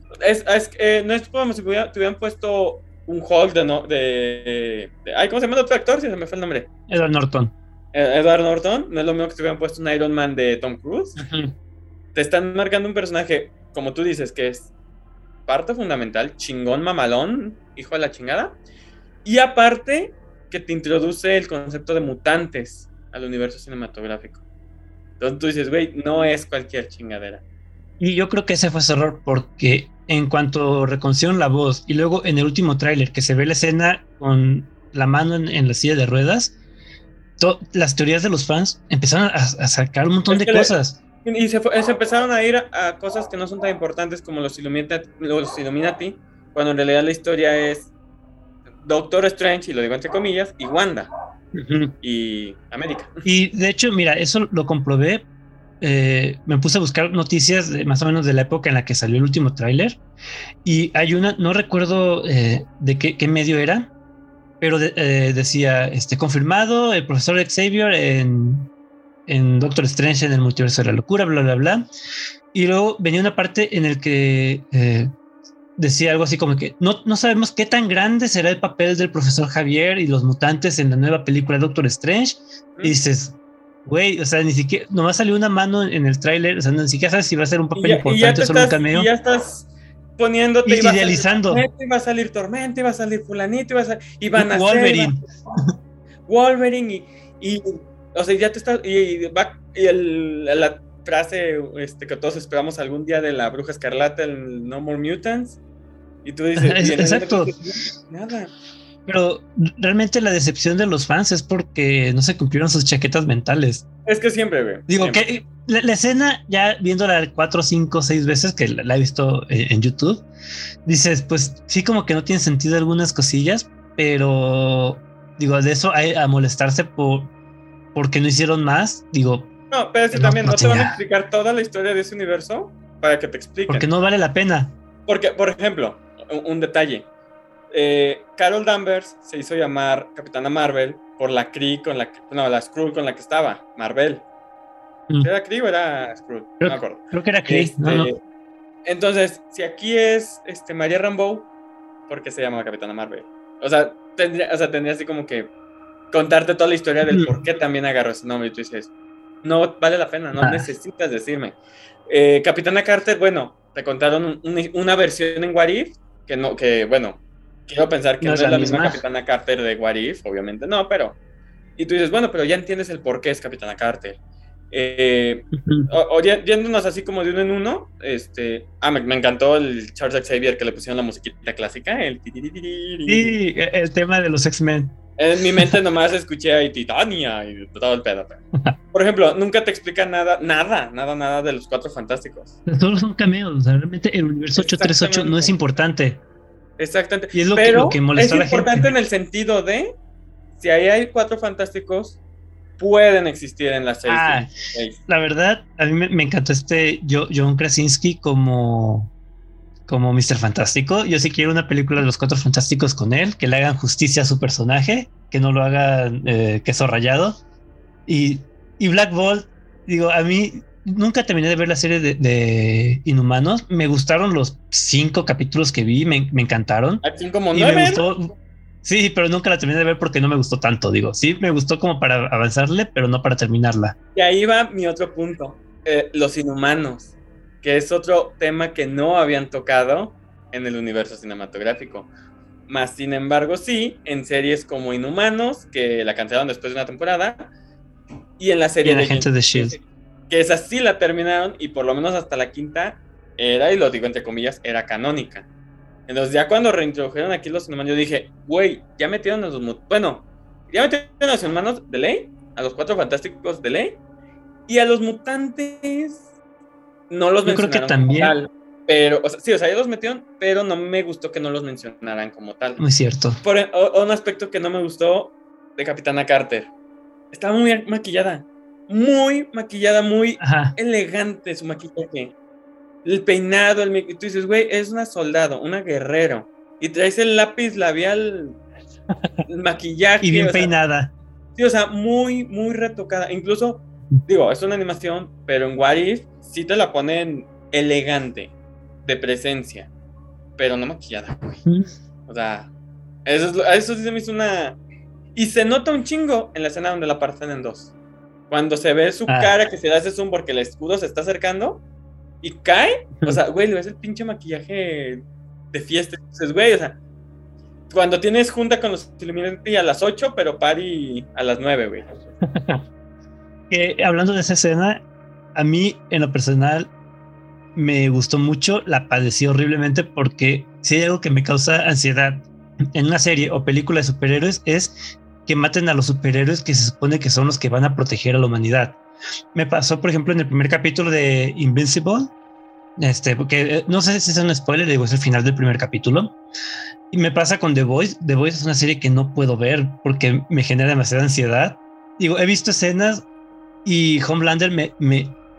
No es como si te hubieran puesto un Hulk ¿cómo se llama el otro actor? Si se me fue el nombre. Edward Norton. Edward Norton, no es lo mismo que te hubieran puesto un Iron Man de Tom Cruise. Te están marcando un personaje, como tú dices, que es parte fundamental, chingón, mamalón, hijo de la chingada. Y aparte, que te introduce el concepto de mutantes al universo cinematográfico. Entonces tú dices, güey, no es cualquier chingadera. Y yo creo que ese fue su error, porque en cuanto reconocieron la voz y luego en el último tráiler que se ve la escena con la mano en la silla de ruedas, las teorías de los fans empezaron a sacar un montón de cosas. Y se empezaron a ir a cosas que no son tan importantes como los Illuminati, cuando en realidad la historia es Doctor Strange, y lo digo entre comillas, y Wanda. Y América. Y de hecho, mira, eso lo comprobé me puse a buscar noticias más o menos de la época en la que salió el último tráiler y hay una, no recuerdo de qué medio era, pero decía, confirmado el profesor Xavier en Doctor Strange en el multiverso de la locura, bla, bla, bla. Y luego venía una parte en el que decía algo así como que no sabemos qué tan grande será el papel del profesor Javier y los mutantes en la nueva película Doctor Strange. Y dices, güey, o sea, ni siquiera, nomás salió una mano en el tráiler, o sea, ni siquiera sabes si va a ser un papel importante o solo un cameo. Y ya estás poniéndote, idealizando. Iba a salir Tormenta, iba a salir fulanito, iban a Wolverine. Wolverine y o sea, ya te está la frase que todos esperamos algún día de la Bruja Escarlata, el No More Mutants, y tú dices, exacto. Nada. Pero realmente la decepción de los fans es porque no se cumplieron sus chaquetas mentales. Es que siempre, güey. Digo siempre. que la escena, ya viéndola 4, 5, 6 veces que la he visto en YouTube, dices, pues sí, como que no tiene sentido algunas cosillas, pero digo, de eso a molestarse porque no hicieron más, digo. No, pero es que también no te van a explicar toda la historia de ese universo para que te expliquen. Porque no vale la pena. Porque, por ejemplo, un detalle. Carol Danvers se hizo llamar Capitana Marvel por la Kree la Skrull con la que estaba, Marvel. ¿Era Kree o era Skrull? No me acuerdo. Creo que era Kree. No. Entonces, si aquí es María Rambeau, ¿por qué se llama Capitana Marvel? O sea, tendría así como que contarte toda la historia del por qué también agarró ese nombre y tú dices, no vale la pena, no necesitas decirme. Capitana Carter, bueno, te contaron una versión en What If, bueno, quiero pensar que no es la misma Capitana Carter de What If, obviamente no, pero... Y tú dices, bueno, pero ya entiendes el por qué es Capitana Carter. Yéndonos así como de uno en uno, me encantó el Charles Xavier que le pusieron la musiquita clásica, Sí, el tema de los X-Men. En mi mente nomás escuché ahí Titania y todo el pedo. Por ejemplo, nunca te explica nada de los Cuatro Fantásticos. Todos son cameos, o sea, realmente el universo 838 no es importante. Exactamente. Y es lo que molestó a la gente. Es importante en el sentido de, si ahí hay Cuatro Fantásticos, pueden existir en las 6. La verdad, a mí me encantó John Krasinski como Mr. Fantástico. Yo sí quiero una película de los Cuatro Fantásticos con él, que le hagan justicia a su personaje, que no lo hagan queso rallado. Y Black Bolt, digo, a mí nunca terminé de ver la serie de Inhumanos. Me gustaron los 5 capítulos que vi, me encantaron. Aquí como y 9, me gustó. Sí, pero nunca la terminé de ver porque no me gustó tanto, digo. Sí, me gustó como para avanzarle, pero no para terminarla. Y ahí va mi otro punto. Los Inhumanos, que es otro tema que no habían tocado en el universo cinematográfico. Más sin embargo, sí, en series como Inhumanos, que la cancelaron después de una temporada, y en la serie de Agentes de S.H.I.E.L.D. que esa sí la terminaron, y por lo menos hasta la 5ª era, y lo digo entre comillas, era canónica. Entonces ya cuando reintrodujeron aquí los Inhumanos, yo dije, güey, ya metieron a los Inhumanos de ley, a los Cuatro Fantásticos de ley, y a los mutantes no los mencionaron. Yo creo que también. Tal, pero, ya los metieron, pero no me gustó que no los mencionaran como tal. Muy cierto. Un aspecto que no me gustó de Capitana Carter. Estaba muy maquillada, muy elegante su maquillaje. El peinado, tú dices, güey, es una soldado, una guerrero. Y traes el lápiz labial, el maquillaje. Y bien peinada. Sí, muy, muy retocada. Incluso, digo, es una animación, pero en What If sí te la ponen elegante, de presencia, pero no maquillada, güey. Eso sí se me hizo una... Y se nota un chingo en la escena donde la parten en 2. Cuando se ve su cara, que se da ese zoom porque el escudo se está acercando y cae, güey, le ves el pinche maquillaje de fiesta. Entonces, güey, cuando tienes junta con los Illuminati a las 8, pero party a las 9, güey. Hablando de esa escena, a mí, en lo personal, me gustó mucho, la padecí horriblemente porque si hay algo que me causa ansiedad en una serie o película de superhéroes es que maten a los superhéroes que se supone que son los que van a proteger a la humanidad. Me pasó, por ejemplo, en el primer capítulo de Invincible, porque no sé si es un spoiler, digo, es el final del primer capítulo. Y me pasa con The Voice. The Voice es una serie que no puedo ver porque me genera demasiada ansiedad. Digo, he visto escenas y Homelander me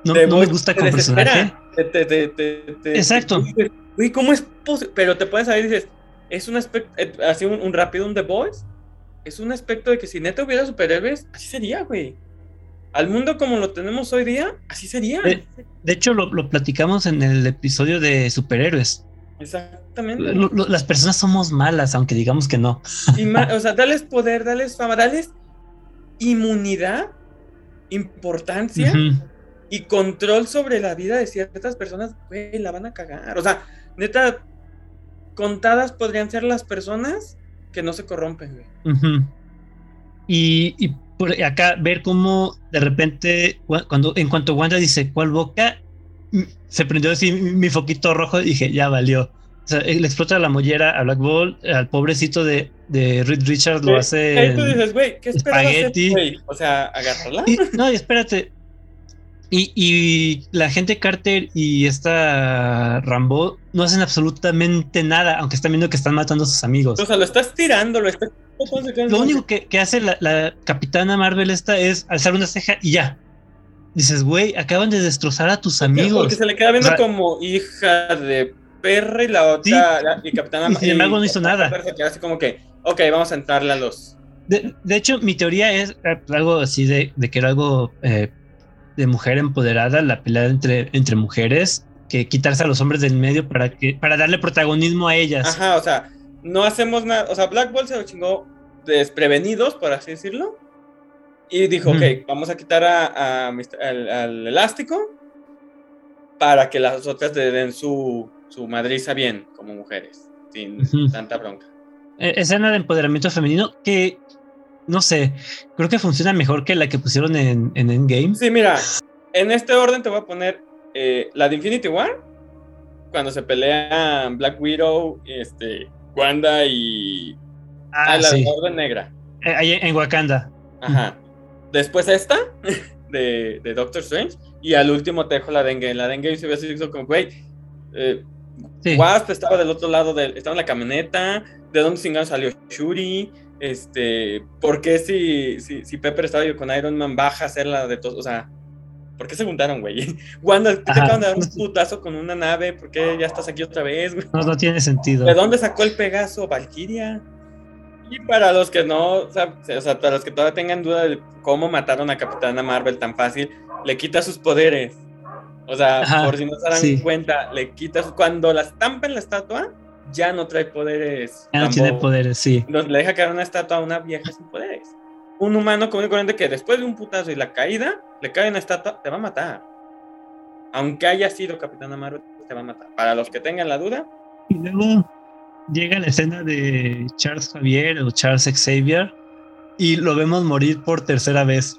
no me gusta como personaje. Exacto. Güey, ¿cómo es posible? Pero te puedes saber y dices, es un aspecto, así un rápido, un The Voice, es un aspecto de que si neta hubiera superhéroes, así sería, güey. Al mundo como lo tenemos hoy día, así sería. De hecho, lo platicamos en el episodio de superhéroes. Exactamente. Las personas somos malas, aunque digamos que no. O sea, dales poder, dales fama, dales inmunidad, importancia y control sobre la vida de ciertas personas, güey, la van a cagar. O sea, neta, contadas podrían ser las personas que no se corrompen, güey. Y por acá ver cómo de repente, en cuanto Wanda dice ¿cuál boca? Se prendió así mi foquito rojo y dije, ya valió. O sea, le explota la mollera a Black Bolt, al pobrecito de Reed Richards lo hace. Ahí tú dices, güey, ¿qué esperas hacer, güey? O sea, agarrarla. No, y espérate. Y la gente Carter y esta Rambo no hacen absolutamente nada, aunque están viendo que están matando a sus amigos. O sea, lo estás tirando, Lo único que hace la Capitana Marvel esta es alzar una ceja y ya. Dices, güey, acaban de destrozar a tus amigos. Porque se le queda viendo, o sea, como hija de perra y la otra, sí, y Capitana Marvel. Sin embargo, no hizo nada. Se queda así como que, ok, vamos a entrarle a los. De hecho, mi teoría es algo así de que era algo de mujer empoderada, la pelea entre mujeres, que quitarse a los hombres del medio para darle protagonismo a ellas. Ajá, o sea, no hacemos nada. O sea, Black Bolt se lo chingó desprevenidos, por así decirlo. Y dijo, ok, vamos a quitar al elástico para que las otras le den su madriza bien, como mujeres, sin tanta bronca. Escena de empoderamiento femenino que, no sé, creo que funciona mejor que la que pusieron en Endgame. Sí, mira, en este orden te voy a poner la de Infinity War, cuando se pelean Black Widow, Wanda y... la sí. de Orden Negra. Ahí en Wakanda. Ajá. Después esta, de Doctor Strange, y al último te dejo la de Endgame. La de Endgame se ve así como, güey, Wasp estaba del otro lado, estaba en la camioneta, ¿de dónde chingado salió Shuri? ¿Por qué si Pepper estaba yo con Iron Man baja a hacer la de todos? O sea, ¿por qué se juntaron, güey? Wanda, ¿qué te acaban de dar un putazo con una nave? ¿Por qué ya estás aquí otra vez, güey? No tiene sentido. ¿De dónde sacó el Pegaso Valkyria? Y para los que no, o sea, para los que todavía tengan duda de cómo mataron a Capitana Marvel tan fácil, le quita sus poderes. O sea, por si no se dan cuenta, le quita cuando la estampa en la estatua, ya no trae poderes. Ya no tiene poderes, sí. Le deja caer una estatua a una vieja sin poderes. Un humano común y corriente que después de un putazo y la caída, le cae una estatua, te va a matar. Aunque haya sido Capitana Marvel, te va a matar. Para los que tengan la duda. Y luego llega la escena de Charles Xavier o Charles Xavier y lo vemos morir por tercera vez.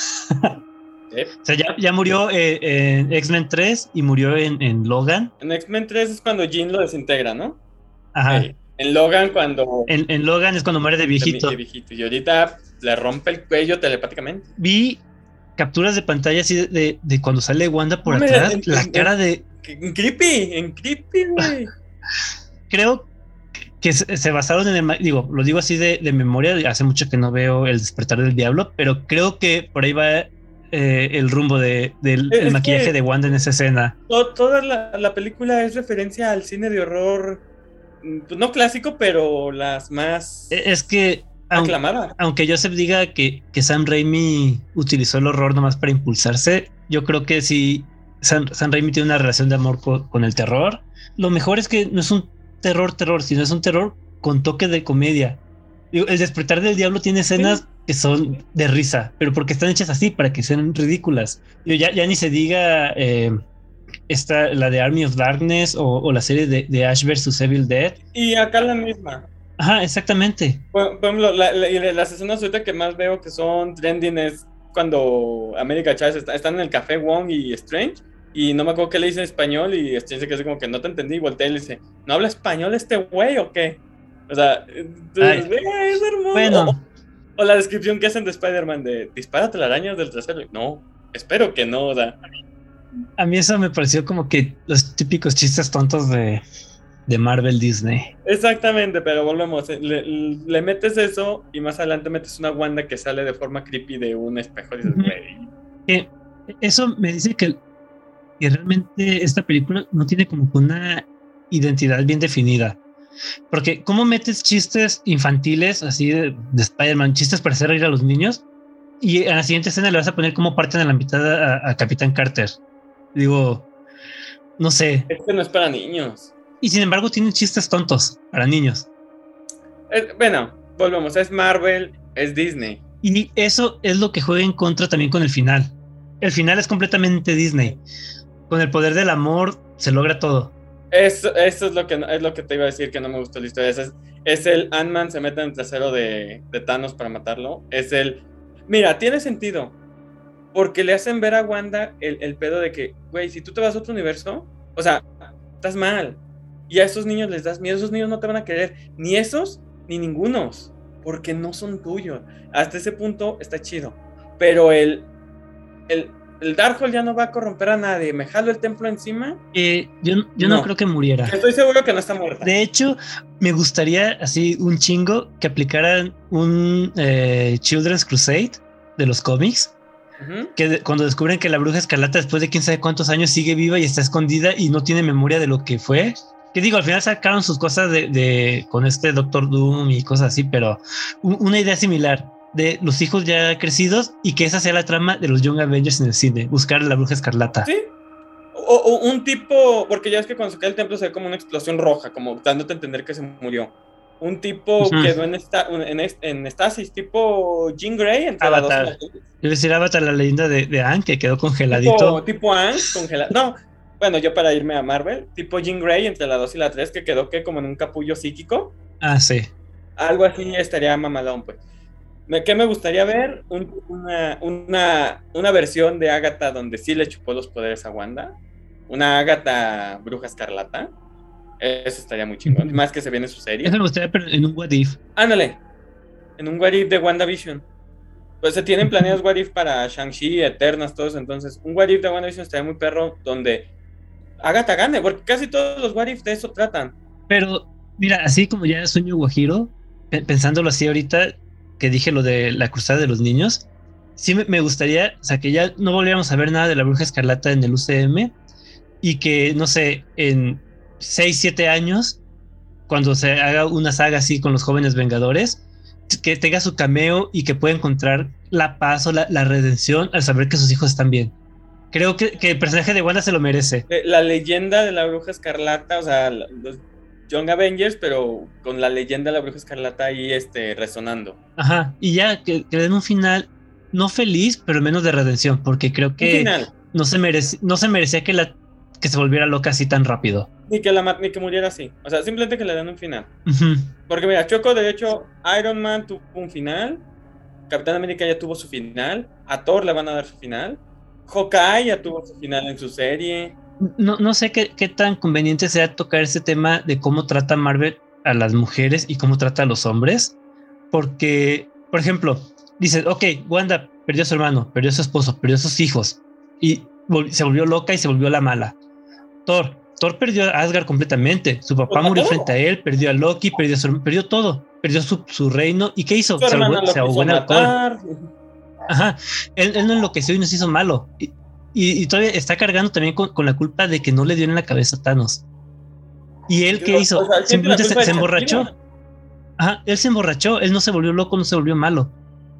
¿Sí? O sea, ya murió en X-Men 3 y murió en Logan. En X-Men 3 es cuando Jean lo desintegra, ¿no? Ajá. En Logan cuando... En Logan es cuando muere de viejito. Y ahorita le rompe el cuello telepáticamente. Vi capturas de pantalla así de cuando sale Wanda por atrás. La cara de... En creepy, güey. Creo que se basaron en el... lo digo así de memoria. Hace mucho que no veo El Despertar del Diablo, pero creo que por ahí va el rumbo del maquillaje de Wanda en esa escena. Toda la película es referencia al cine de horror, pues no clásico, pero las más... Es que... Aunque Joseph diga que Sam Raimi utilizó el horror nomás para impulsarse, yo creo que si Sam Raimi tiene una relación de amor con el terror, lo mejor es que no es un terror, sino es un terror con toque de comedia. El Despertar del Diablo tiene escenas que son de risa, pero porque están hechas así, para que sean ridículas. Ya ni se diga la de Army of Darkness o la serie de Ash vs. Evil Dead. Y acá la misma. Ajá, exactamente. Por ejemplo, las escenas ahorita que más veo que son trending es cuando América Chávez están en el café Wong y Strange, y no me acuerdo qué le dice en español, y Strange se queda como que no te entendí, y voltea y le dice, ¿no habla español este güey o qué? O sea, entonces, es hermoso. Bueno. O la descripción que hacen de Spider-Man de dispárate la araña del trasero. No, espero que no, o sea. A mí eso me pareció como que los típicos chistes tontos de Marvel Disney. Exactamente, pero volvemos, le metes eso y más adelante metes una Wanda que sale de forma creepy de un espejo y dices, güey. Eso me dice que y realmente esta película no tiene como que una identidad bien definida. Porque ¿cómo metes chistes infantiles así de Spider-Man, chistes para hacer reír a los niños? Y en la siguiente escena le vas a poner cómo parten a la mitad a Capitán Carter. Digo, no sé. Este no es para niños. Y sin embargo tienen chistes tontos para niños. Bueno, volvemos, es Marvel, es Disney. Y eso es lo que juega en contra también con el final. El final es completamente Disney. Con el poder del amor se logra todo. Eso es lo que te iba a decir, que no me gustó la historia. Es el Ant-Man se mete en el trasero de Thanos para matarlo. Mira, tiene sentido. Porque le hacen ver a Wanda el pedo de que, güey, si tú te vas a otro universo, o sea, estás mal. Y a esos niños les das miedo. Esos niños no te van a querer. Ni esos, ni ningunos. Porque no son tuyos. Hasta ese punto está chido. Pero el Darkhold ya no va a corromper a nadie. Me jalo el templo encima. Yo no creo que muriera. Estoy seguro que no está muerta. De hecho, me gustaría así un chingo que aplicaran un Children's Crusade de los cómics. Que cuando descubren que la bruja escarlata después de quién sabe cuántos años sigue viva y está escondida y no tiene memoria de lo que fue. Que digo, al final sacaron sus cosas con este Doctor Doom y cosas así, pero una idea similar de los hijos ya crecidos y que esa sea la trama de los Young Avengers en el cine, buscar a la bruja escarlata. Sí. O un tipo, porque ya es que cuando se cae el templo se ve como una explosión roja, como dándote a entender que se murió. Un tipo quedó en estasis, tipo Jean Grey entre Avatar. Yo iba a decir Avatar, la leyenda de Aang, que quedó congeladito. Tipo Aang, congelado. No, bueno, yo para irme a Marvel, tipo Jean Grey entre la 2 y la 3, que quedó como en un capullo psíquico. Ah, sí. Algo así estaría mamalón, pues. ¿Qué me gustaría ver? Una versión de Agatha donde sí le chupó los poderes a Wanda. Una Agatha bruja escarlata. Eso estaría muy chingón. Más que se viene su serie. Eso me gustaría, pero en un What If. Ándale. En un What If de WandaVision. Pues se tienen planeados What If para Shang-Chi, Eternas, todos. Entonces, un What If de WandaVision estaría muy perro donde Agatha gane. Porque casi todos los What If de eso tratan. Pero, mira, así como ya sueño guajiro, pensándolo así ahorita, que dije lo de la cruzada de los niños, sí me gustaría, o sea, que ya no volviéramos a ver nada de la bruja escarlata en el UCM y que, no sé, en 6, 7 años, cuando se haga una saga así con los jóvenes Vengadores, que tenga su cameo y que pueda encontrar la paz o la redención al saber que sus hijos están bien. Creo que el personaje de Wanda se lo merece. La leyenda de la bruja escarlata, o sea, los Young Avengers, pero con la leyenda de la bruja escarlata ahí resonando. Ajá, y ya que le den un final no feliz, pero menos de redención, porque creo que no se merecía que se volviera loca así tan rápido. Ni que muriera así. O sea, simplemente que le den un final. Porque mira, Choco, de hecho, Iron Man tuvo un final. Capitán América ya tuvo su final. A Thor le van a dar su final. Hawkeye ya tuvo su final en su serie. No sé qué tan conveniente sea tocar ese tema de cómo trata Marvel a las mujeres y cómo trata a los hombres. Porque, por ejemplo, dices, ok, Wanda perdió a su hermano, perdió a su esposo, perdió a sus hijos y se volvió loca y se volvió la mala. Thor perdió a Asgard completamente. Su papá murió frente a él, perdió a Loki, perdió todo. Perdió su reino. ¿Y qué hizo? Se ahogó en alcohol. Ajá. Él no enloqueció y no se hizo malo. Y todavía está cargando también con la culpa de que no le dio en la cabeza a Thanos. ¿Y él qué hizo? Simplemente se emborrachó. Ajá, él se emborrachó. Él no se volvió loco, no se volvió malo.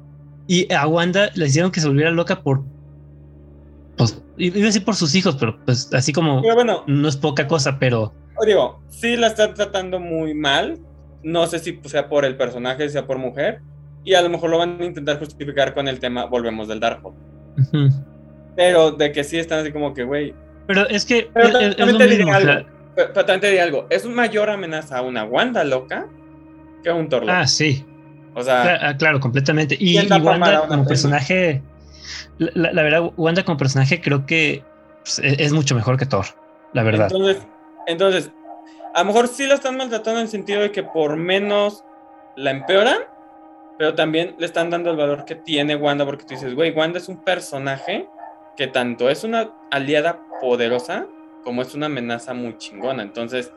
Y a Wanda le hicieron que se volviera loca por... Pues, iba a decir por sus hijos, pero pues así como bueno, no es poca cosa, pero... Digo, sí la están tratando muy mal. No sé si sea por el personaje, sea por mujer. Y a lo mejor lo van a intentar justificar con el tema, volvemos del Darkhold. Pero de que sí están así como que, güey. Pero es que... Pero también te diré algo. Pero también te diré algo. Es una mayor amenaza a una Wanda loca que a un Thor loco. Ah, sí. O sea... Claro, completamente. Y Wanda como personaje... La verdad, Wanda como personaje creo que pues, es mucho mejor que Thor, la verdad. Entonces, a lo mejor sí la están maltratando en el sentido de que por menos la empeoran, pero también le están dando el valor que tiene Wanda, porque tú dices, güey, Wanda es un personaje que tanto es una aliada poderosa como es una amenaza muy chingona. Entonces,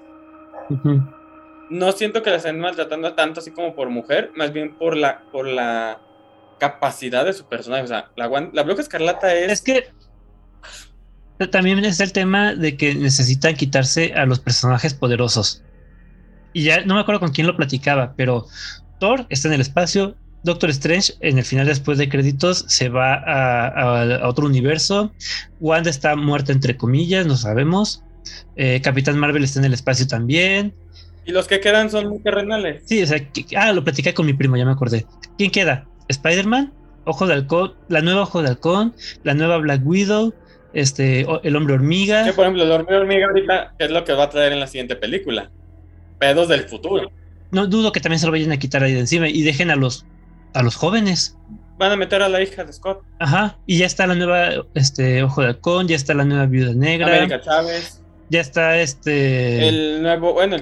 no siento que la estén maltratando tanto así como por mujer, más bien por la capacidad de su personaje. O sea, la bruja escarlata es... Es que También es el tema de que necesitan quitarse a los personajes poderosos. Y ya no me acuerdo con quién lo platicaba, pero Thor está en el espacio. Doctor Strange, en el final, después de créditos, se va a otro universo. Wanda está muerta, entre comillas, no sabemos. Capitán Marvel está en el espacio también. Y los que quedan son muy terrenales. Sí, o sea, lo platicé con mi primo, ya me acordé. ¿Quién queda? Spider-Man, Ojo de Halcón, la nueva Ojo de Halcón, la nueva Black Widow, el Hombre Hormiga. Que por ejemplo, el Hombre Hormiga ahorita es lo que va a traer en la siguiente película. Pedos del futuro. No dudo que también se lo vayan a quitar ahí de encima y dejen a los jóvenes. Van a meter a la hija de Scott. Ajá, y ya está la nueva Ojo de Halcón, ya está la nueva Viuda Negra. América Chávez. Ya está el nuevo, bueno,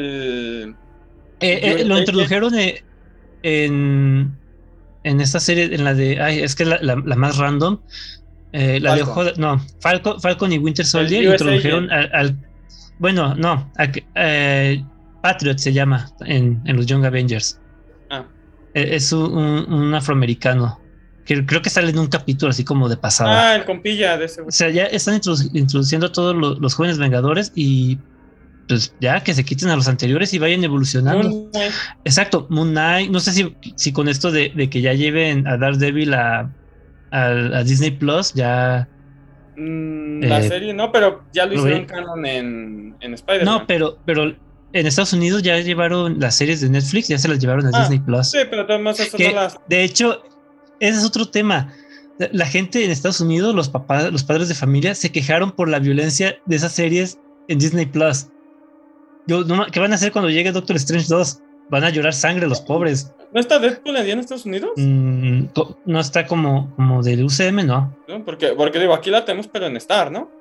lo introdujeron en esta serie, en la de, es que la más random, la de Ojo de, no, Falcon y Winter Soldier introdujeron bueno, no, Patriot se llama en los Young Avengers. Es un afroamericano que creo que sale en un capítulo así como de pasada. El compilla de ese. O sea, ya están introduciendo a todos los jóvenes Vengadores y pues ya que se quiten a los anteriores y vayan evolucionando. Exacto, Moon Knight. No sé si con esto de que ya lleven a Daredevil a Disney Plus, ya. La serie no, pero ya lo hicieron canon en Spider-Man. No, pero en Estados Unidos ya llevaron las series de Netflix, ya se las llevaron a Disney Plus. Sí, pero además eso no las. De hecho, ese es otro tema. La gente en Estados Unidos, los padres de familia, se quejaron por la violencia de esas series en Disney Plus. ¿Qué van a hacer cuando llegue Doctor Strange 2? Van a llorar sangre los pobres. ¿No está Deadpool en Estados Unidos? No está como del UCM, ¿no? No, porque digo, aquí la tenemos, pero en Star, ¿no?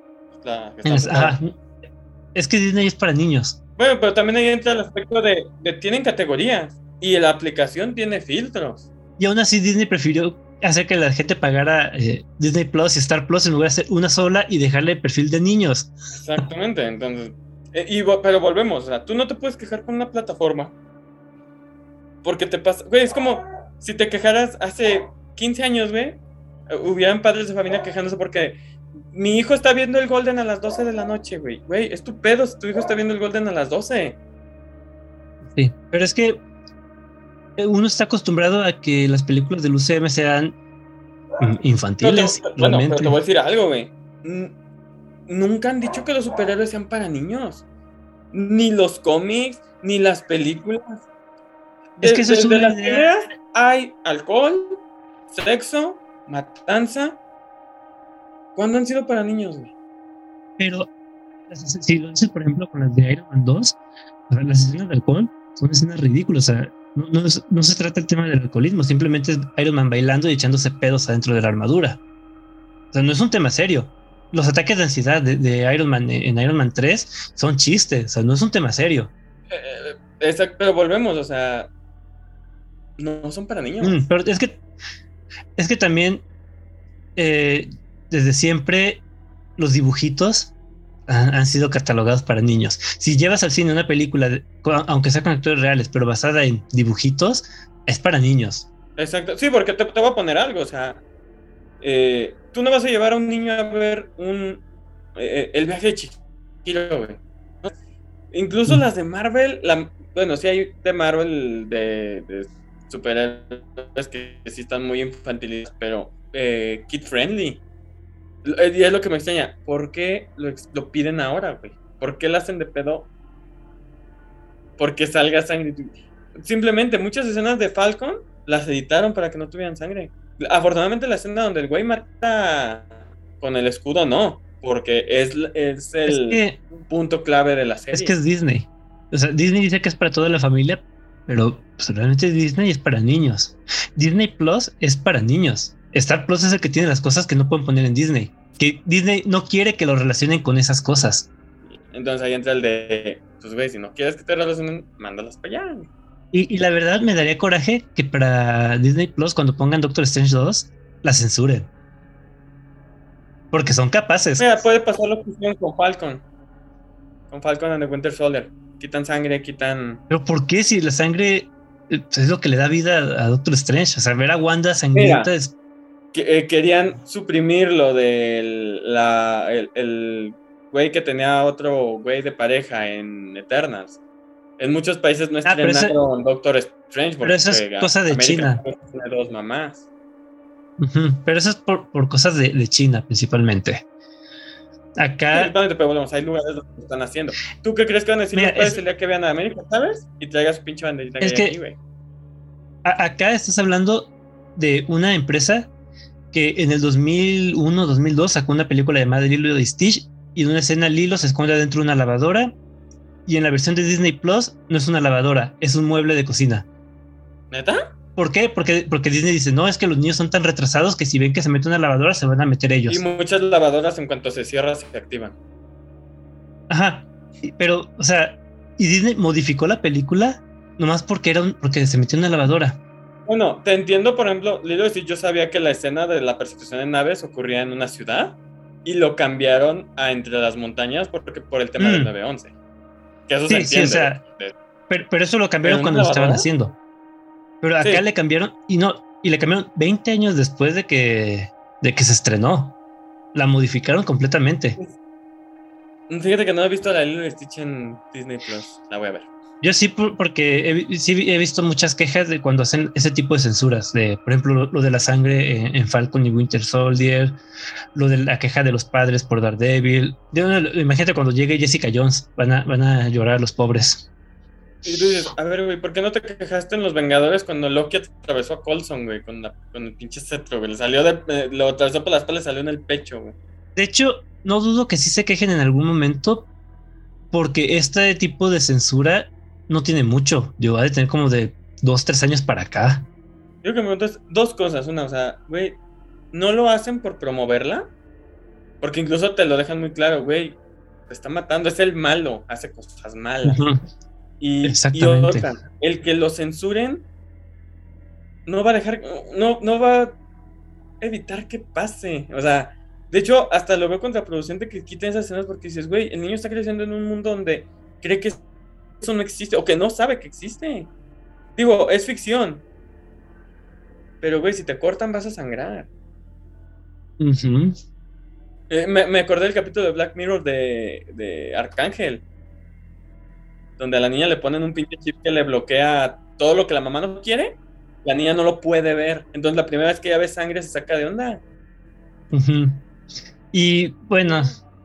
Es que Disney es para niños. Bueno, pero también ahí entra el aspecto de tienen categorías y la aplicación tiene filtros. Y aún así Disney prefirió hacer que la gente pagara Disney Plus y Star Plus en lugar de hacer una sola y dejarle el perfil de niños. Exactamente, entonces. Pero volvemos, o sea, tú no te puedes quejar con una plataforma porque te pasa, güey, es como si te quejaras hace 15 años, güey, hubieran padres de familia quejándose porque mi hijo está viendo el Golden a las 12 de la noche, güey, es tu pedo si tu hijo está viendo el Golden a las 12. Sí, pero es que uno está acostumbrado a que las películas del UCM sean infantiles. Pero te voy a decir algo, güey. Nunca han dicho que los superhéroes sean para niños. Ni los cómics, ni las películas. Es que eso es una las ideas. Hay alcohol, sexo, matanza. ¿Cuándo han sido para niños, güey? Pero si lo dices, por ejemplo, con las de Iron Man 2, las escenas de alcohol son escenas ridículas. O sea, no se trata el tema del alcoholismo, simplemente es Iron Man bailando y echándose pedos adentro de la armadura. O sea, no es un tema serio. Los ataques de ansiedad de Iron Man en Iron Man 3 son chistes, o sea, no es un tema serio. Exacto, pero volvemos, o sea, no son para niños. Pero es que también desde siempre los dibujitos han sido catalogados para niños. Si llevas al cine una película, aunque sea con actores reales, pero basada en dibujitos, es para niños. Exacto, sí, porque te voy a poner algo, o sea, tú no vas a llevar a un niño a ver el viaje de Chihiro, güey. Incluso las de Marvel, bueno, sí hay de Marvel de superhéroes que sí están muy infantiles, pero kid friendly. Y es lo que me extraña. ¿Por qué lo piden ahora, güey? ¿Por qué lo hacen de pedo? Porque salga sangre. Simplemente muchas escenas de Falcon las editaron para que no tuvieran sangre. Afortunadamente la escena donde el güey mata con el escudo no, porque es el punto clave de la serie. Es que es Disney. O sea, Disney dice que es para toda la familia, pero pues, realmente Disney es para niños. Disney Plus es para niños. Star Plus es el que tiene las cosas que no pueden poner en Disney. Que Disney no quiere que lo relacionen con esas cosas. Entonces ahí entra el de, pues güey, si no quieres que te relacionen, mándalas para allá. Y la verdad me daría coraje que para Disney Plus cuando pongan Doctor Strange 2 la censuren. Porque son capaces. Mira, puede pasar lo que hicieron con Falcon. Con Falcon and the Winter Soldier. Quitan sangre, quitan... Pero ¿por qué? Si la sangre es lo que le da vida a Doctor Strange. O sea, ver a Wanda sangrienta es... querían suprimir lo del el güey que tenía otro güey de pareja en Eternals. En muchos países no estrenaron Doctor Strange pero eso es cosa de América China. Tiene 2 mamás. Pero eso es por cosas de China principalmente. Acá. Pero volvemos, hay lugares donde lo están haciendo. ¿Tú qué crees que van a decir los padres el día que vean a América, sabes? Y traigas su pinche banderita que hay aquí, güey. Acá estás hablando de una empresa que en el 2001-2002 sacó una película llamada Lilo y Stitch, y en una escena Lilo se esconde dentro de una lavadora, y en la versión de Disney Plus no es una lavadora, es un mueble de cocina. ¿Neta? ¿Por qué? Porque Disney dice, no, es que los niños son tan retrasados que si ven que se mete una lavadora se van a meter ellos. Y muchas lavadoras en cuanto se cierra se activan. Ajá, pero, o sea, y Disney modificó la película nomás porque porque se metió en una lavadora. Bueno, te entiendo, por ejemplo, Lilo y Stitch, yo sabía que la escena de la persecución en naves ocurría en una ciudad y lo cambiaron a entre las montañas por el tema del 9/11. Que eso se entiende. Sí, o sea, pero eso lo cambiaron cuando lo estaban haciendo. Pero acá le cambiaron y le cambiaron 20 años después de que se estrenó. La modificaron completamente. Fíjate que no he visto la Lilo y Stitch en Disney Plus. La voy a ver. Yo sí, porque he visto muchas quejas de cuando hacen ese tipo de censuras. Por ejemplo, lo de la sangre en Falcon y Winter Soldier, lo de la queja de los padres por Daredevil. Imagínate cuando llegue Jessica Jones, van a llorar los pobres. Y tú dices, a ver, güey, ¿por qué no te quejaste en Los Vengadores cuando Loki atravesó a Coulson, güey, con el pinche cetro, güey? Lo atravesó por la espalda y salió en el pecho, güey. De hecho, no dudo que sí se quejen en algún momento, porque este tipo de censura no tiene mucho. Yo, ha de tener como de 2-3 años para acá. Yo que me preguntas 2 cosas. Una, o sea, güey, ¿no lo hacen por promoverla? Porque incluso te lo dejan muy claro, güey, te está matando, es el malo, hace cosas malas. Uh-huh. Y otra, el que lo censuren no va a dejar, no va a evitar que pase. O sea, de hecho, hasta lo veo contraproducente que quiten esas escenas porque dices, güey, el niño está creciendo en un mundo donde cree que eso no existe o que no sabe que existe. Digo, es ficción. Pero, güey, si te cortan vas a sangrar. Uh-huh. Me acordé del capítulo de Black Mirror de Arcángel, donde a la niña le ponen un pinche chip que le bloquea todo lo que la mamá no quiere. La niña no lo puede ver. Entonces la primera vez que ella ve sangre se saca de onda. Uh-huh. Y bueno,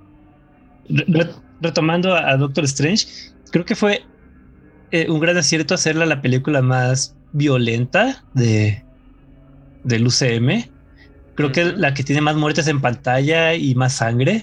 retomando a Doctor Strange, creo que fue un gran acierto hacerla la película más violenta del UCM. Creo que la que tiene más muertes en pantalla y más sangre.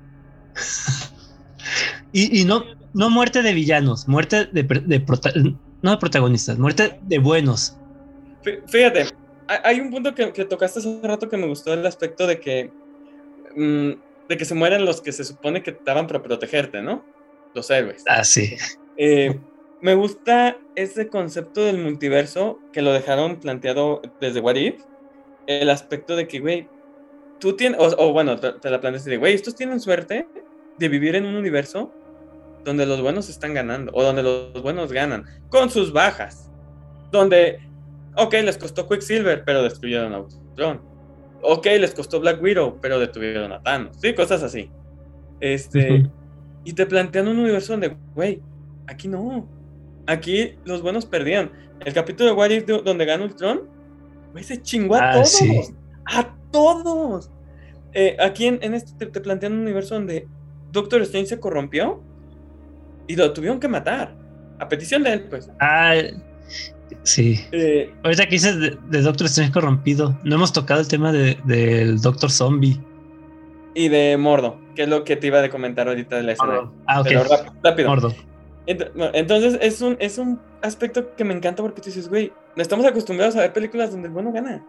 y no muerte de villanos, muerte no de protagonistas, muerte de buenos. Fíjate, hay un punto que tocaste hace rato que me gustó, el aspecto de que se mueren los que se supone que estaban para protegerte, ¿no? Los héroes. Ah, sí. Me gusta ese concepto del multiverso que lo dejaron planteado desde What If. El aspecto de que, güey, tú tienes, bueno, te la planteas de, güey, estos tienen suerte de vivir en un universo donde los buenos están ganando, o donde los buenos ganan, con sus bajas. Donde, ok, les costó Quicksilver, pero destruyeron a Ultron. Ok, les costó Black Widow, pero detuvieron a Thanos. Sí, cosas así. Uh-huh. Y te plantean un universo donde, güey, aquí no. Aquí los buenos perdían. El capítulo de What If donde gana Ultron, güey, se chingó a todos. Sí. ¡A todos! Aquí en este te plantean un universo donde Doctor Strange se corrompió y lo tuvieron que matar. A petición de él, pues. Sí. Ahorita que dices de Doctor Strange corrompido, no hemos tocado el tema del Doctor Zombie. Y de Mordo, que es lo que te iba a comentar ahorita de la escena. Ok. Pero rápido. Mordo. Entonces es un aspecto que me encanta porque tú dices, güey, estamos acostumbrados a ver películas donde el bueno gana.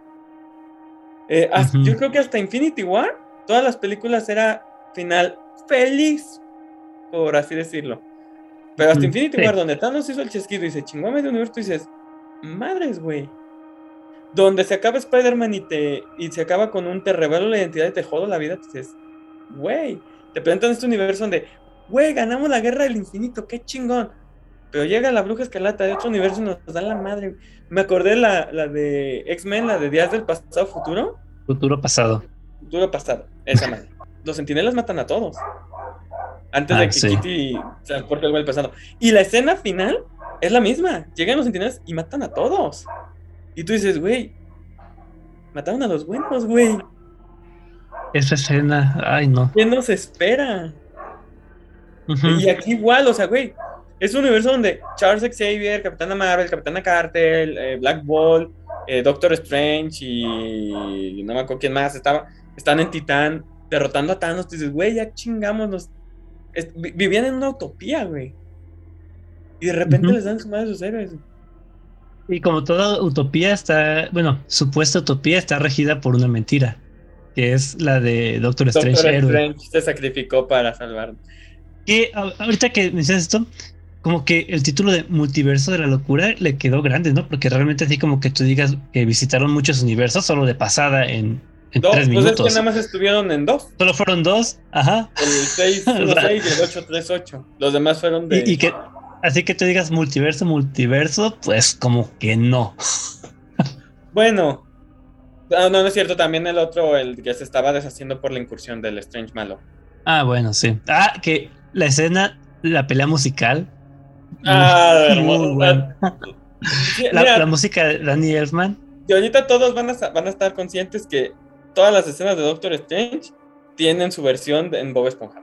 Yo creo que hasta Infinity War, todas las películas era final feliz, por así decirlo. Pero hasta Infinity War, donde Thanos hizo el chasquido y se chingó a medio universo, tú dices, madres, güey. Donde se acaba Spider-Man y se acaba con un te revelo la identidad y te jodo la vida, tú dices, güey, te presentan este universo donde, güey, ganamos la guerra del infinito, qué chingón. Pero llega la Bruja Escarlata de otro universo y nos da la madre. Me acordé la de X-Men, la de Días del Pasado Futuro, Futuro pasado. Futuro pasado, esa madre. Los centinelas matan a todos. Antes de que sí. Kitty se transporte algo del pasado. Y la escena final es la misma. Llegan los centinelas y matan a todos. Y tú dices, güey, mataron a los buenos, güey. Esa escena, ay no. ¿Qué nos espera? Ujú. Y aquí igual, o sea, güey, es un universo donde Charles Xavier, Capitana Marvel, Capitana Carter, Black Bolt, Doctor Strange y no me acuerdo quién más están en Titán derrotando a Thanos. Tú dices, güey, ya chingámonos. Vivían en una utopía, güey. Y de repente Ujú. les dan su madre a sus héroes. Y como toda utopía está, bueno, supuesta utopía está regida por una mentira, que es la de Doctor Doctor Strange héroe. Strange se sacrificó para salvarnos. Que ahorita que mencionas esto, como que el título de Multiverso de la Locura le quedó grande, ¿no? Porque realmente así como que tú digas que visitaron muchos universos solo de pasada en 3 Pues minutos. es que nada más estuvieron en 2. Solo fueron 2, ajá. El 616 y el 838. Los demás fueron de... Y que así que tú digas multiverso, pues como que no. Bueno, no es cierto. También el otro, el que se estaba deshaciendo por la incursión del Strange malo. Ah, bueno, sí. Que la escena, la pelea musical. Hermoso. Muy buena. Sí, La música de Danny Elfman. Y ahorita todos van a estar conscientes que todas las escenas de Doctor Strange tienen su versión en Bob Esponja.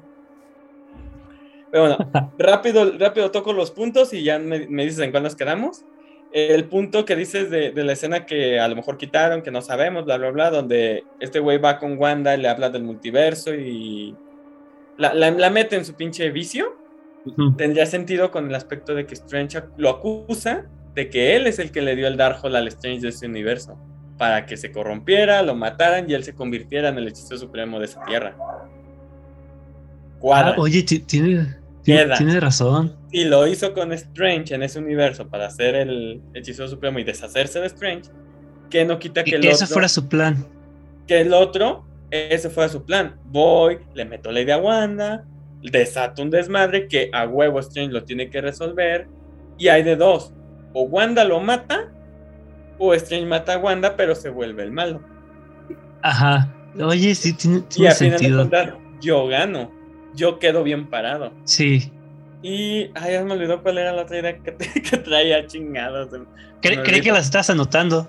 Pero bueno, rápido toco los puntos y ya me dices en cuál nos quedamos. El punto que dices de la escena que a lo mejor quitaron, que no sabemos, bla, bla, bla, donde este güey va con Wanda y le habla del multiverso y la mete en su pinche vicio. Tendría sentido con el aspecto de que Strange lo acusa de que él es el que le dio el Darkhold al Strange de ese universo, para que se corrompiera, lo mataran y él se convirtiera en el hechizo supremo de esa tierra. Cuadra. Oye, tiene razón. Y lo hizo con Strange en ese universo para hacer el hechizo supremo y deshacerse de Strange, que no quita que el otro... ese fuera su plan. Que el otro, ese fuera su plan. Voy, le meto la idea a Wanda, desato un desmadre que a huevo Strange lo tiene que resolver, y hay de dos: o Wanda lo mata o Strange mata a Wanda pero se vuelve el malo. Ajá. Oye, sí, tiene y a sentido. final de cuentas yo gano, yo quedo bien parado. Sí. Y ya me olvidó cuál era la otra idea que traía, chingados. Creí que las estás anotando.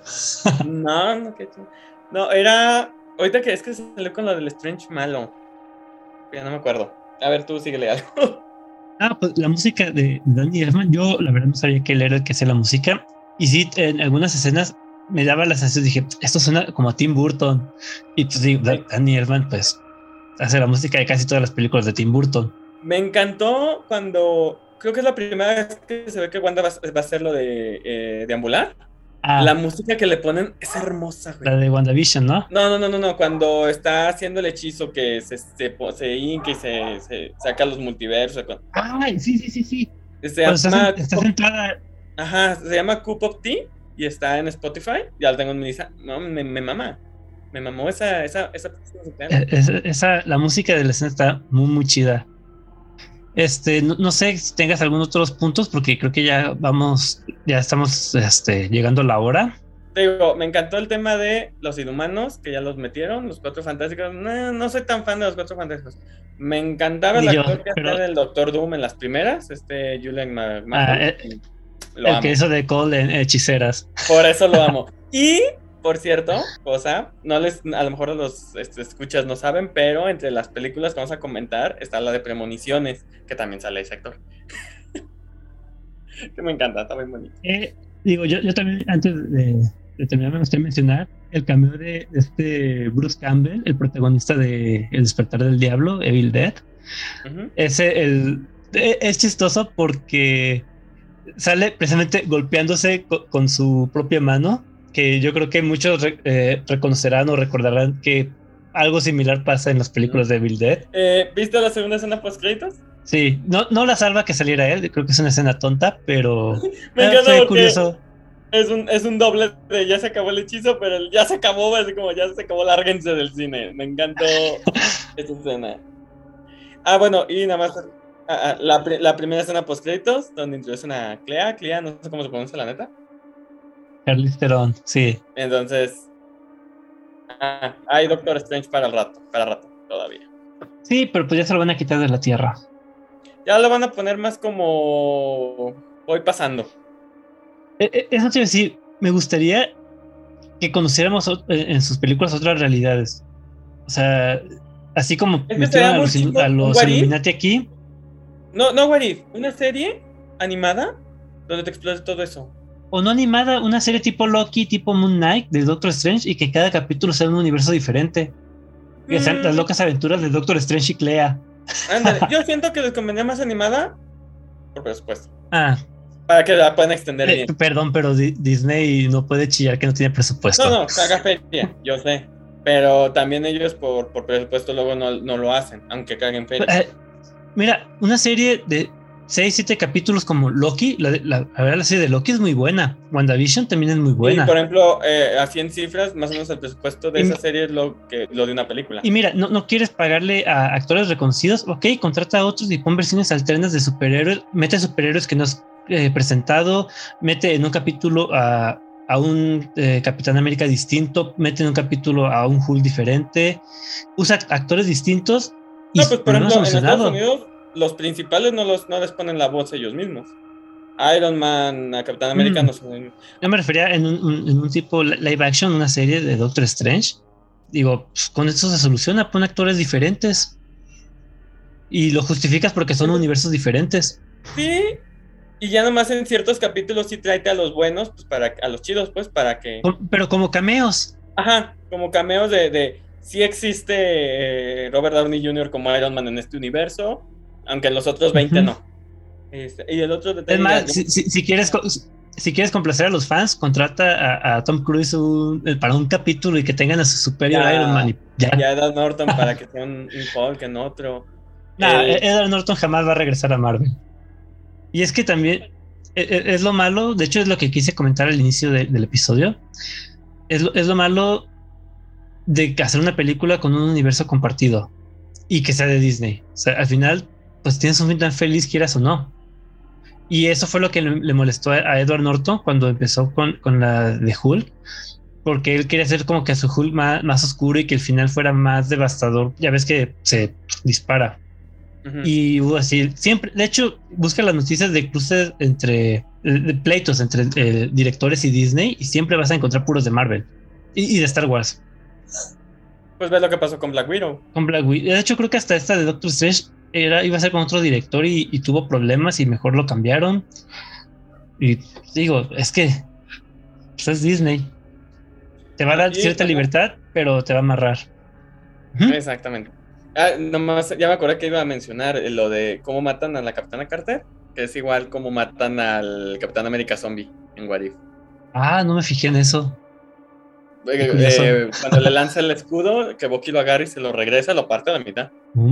No, era ahorita que es que salió con lo del Strange malo, ya no me acuerdo. A ver, tú síguele algo. Pues la música de Danny Elfman, yo la verdad no sabía que él era el que hacía la música. Y sí, en algunas escenas me daba la sensación, dije, esto suena como a Tim Burton. Y pues digo, Danny Elfman pues hace la música de casi todas las películas de Tim Burton. Me encantó cuando, creo que es la primera vez que se ve que Wanda va a hacer lo de deambular. La música que le ponen es hermosa, güey. La de WandaVision, ¿no? No, cuando está haciendo el hechizo que se hinca y se saca los multiversos. Ay, sí. Está sentada. Ajá, se llama Cup of Tea y está en Spotify. Ya lo tengo en mi lista. No, me mama. Me mamó esa la música de la escena está muy, muy chida. No sé si tengas algunos otros puntos, porque creo que ya estamos llegando a la hora. Te digo, me encantó el tema de los inhumanos, que ya los metieron, los Cuatro Fantásticos. No soy tan fan de los Cuatro Fantásticos. Me encantaba el actor que hacía del Doctor Doom en las primeras, Julian McMahon. El que hizo de Cole en Hechiceras. Por eso lo amo. Y, por cierto, a lo mejor los escuchas no saben, pero entre las películas que vamos a comentar está la de Premoniciones, que también sale ese actor. Que me encanta, está muy bonito. Yo también, antes de terminar, me gustaría mencionar el cameo de Bruce Campbell, el protagonista de El Despertar del Diablo, Evil Dead. Uh-huh. Es chistoso porque sale precisamente golpeándose con su propia mano, que yo creo que muchos reconocerán o recordarán que algo similar pasa en las películas de Evil Dead. ¿Viste la segunda escena post-créditos? Sí, no la salva que saliera él, creo que es una escena tonta, pero me encanta fue curioso. Es un doble de ya se acabó el hechizo, pero ya se acabó, así como ya se acabó, lárguense del cine. Me encantó esta escena. Bueno, y nada más la primera escena post-créditos, donde introducen a Clea, no sé cómo se pronuncia la neta. Charlize Theron, sí. Entonces, Hay Doctor Strange para rato todavía. Sí, pero pues ya se lo van a quitar de la Tierra. Ya lo van a poner más como voy pasando. Eso te iba a decir, me gustaría que conociéramos en sus películas otras realidades. O sea, así como Es que metieron sería a un los what if. Illuminati aquí. No, what if, una serie animada donde te explores todo eso. O no animada, una serie tipo Loki, tipo Moon Knight de Doctor Strange y que cada capítulo sea un universo diferente. Que sean las locas aventuras de Doctor Strange y Clea. Ándale, yo siento que les convenía más animada por presupuesto. Para que la puedan extender bien. Perdón, pero Disney no puede chillar que no tiene presupuesto. No, caga feria, yo sé. Pero también ellos por presupuesto luego no lo hacen, aunque caguen feria. Mira, una serie de 6-7 capítulos como Loki, la serie de Loki es muy buena. WandaVision también es muy buena. Y por ejemplo, así en cifras, más o menos el presupuesto de esa serie es lo de una película. Y mira, no quieres pagarle a actores reconocidos, ok, contrata a otros y pon versiones alternas de superhéroes, mete superhéroes que no has presentado, mete en un capítulo a un Capitán América distinto, mete en un capítulo a un Hulk diferente, usa actores distintos. No, pues por ejemplo, en Estados Unidos los principales no les ponen la voz ellos mismos. Iron Man, a Capitán América no son. Yo me refería en un tipo live action, una serie de Doctor Strange. Digo, pues, con esto se soluciona, pon actores diferentes. Y lo justificas porque son universos diferentes. Sí, y ya nomás en ciertos capítulos sí tráete a los buenos, pues a los chidos, pues, para que. Pero como cameos. Ajá, como cameos de sí existe Robert Downey Jr. como Iron Man en este universo, aunque en los otros 20 no. Y el otro detalle. Es más, si quieres complacer a los fans, contrata a Tom Cruise para un capítulo y que tengan a su superior Iron Man. Y ya Edward Norton para que sea un Hulk en otro. Edward Norton jamás va a regresar a Marvel. Y es que también es lo malo, de hecho es lo que quise comentar al inicio del episodio. Es lo malo de hacer una película con un universo compartido y que sea de Disney. O sea, al final, pues tienes un fin tan feliz, quieras o no. Y eso fue lo que le molestó a Edward Norton cuando empezó con la de Hulk, porque él quería hacer como que a su Hulk más oscuro y que el final fuera más devastador. Ya ves que se dispara. Y hubo así, siempre, de hecho, busca las noticias de cruces de pleitos entre directores y Disney, y siempre vas a encontrar puros de Marvel y de Star Wars. Pues ves lo que pasó con Black Widow. De hecho, creo que hasta esta de Doctor Strange iba a ser con otro director y tuvo problemas y mejor lo cambiaron. Y digo, es que pues es Disney. Te va a dar cierta libertad, pero te va a amarrar. Exactamente. Nomás, ya me acordé que iba a mencionar lo de cómo matan a la Capitana Carter, que es igual como matan al Capitán América Zombie en What If. No me fijé en eso. Cuando le lanza el escudo, que Bucky lo agarra y se lo regresa, lo parte a la mitad.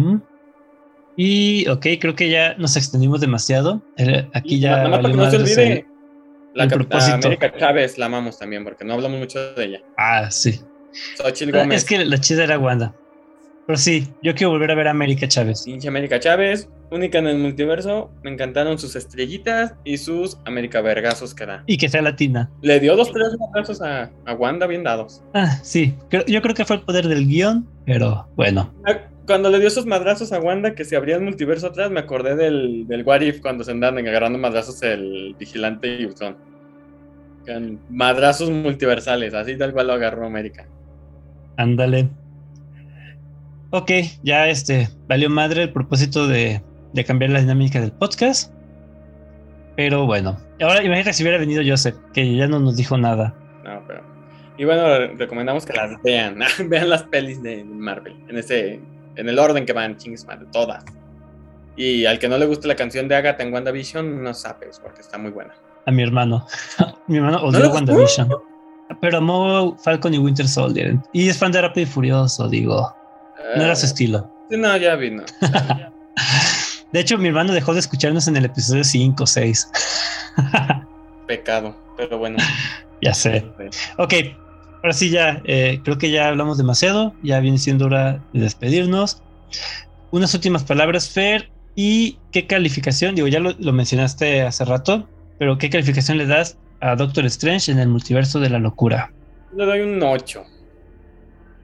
Y ok, creo que ya nos extendimos demasiado. Aquí ya. Nada más para que no se olvide, la Capitana América Chávez la amamos también, porque no hablamos mucho de ella. Sí. Xochitl Gómez. Es que la chida era Wanda. Pero sí, yo quiero volver a ver a América Chávez. Pinche América Chávez, única en el multiverso. Me encantaron sus estrellitas y sus América Vergazos que da. Y que sea latina. Le dio 2-3 abrazos a Wanda bien dados. Sí, yo creo que fue el poder del guión, pero bueno. Cuando le dio esos madrazos a Wanda que se abría el multiverso atrás, me acordé del What If cuando se andan agarrando madrazos el Vigilante y Ultron. Madrazos multiversales, así tal cual lo agarró América. Ándale. Ok, ya valió madre el propósito de cambiar la dinámica del podcast. Pero bueno, ahora imagínate si hubiera venido Joseph, que ya no nos dijo nada. No, pero... Y bueno, recomendamos que las vean. Vean las pelis de Marvel. En el orden que van, chingues madre, todas. Y al que no le guste la canción de Agatha en WandaVision, no sabes, porque está muy buena. A mi hermano. Mi hermano odió WandaVision. Pero amó Falcon y Winter Soldier. Y es fan de Rápido y Furioso, digo. No era su estilo. No, ya vino. De hecho, mi hermano dejó de escucharnos en el episodio 5 o 6. Pecado, pero bueno. Ya sé. Ok, ahora sí ya, creo que ya hablamos demasiado. Ya viene siendo hora de despedirnos. Unas últimas palabras, Fer. ¿Y qué calificación? Digo, ya lo mencionaste hace rato, pero ¿qué calificación le das a Doctor Strange en el multiverso de la locura? Le doy un 8.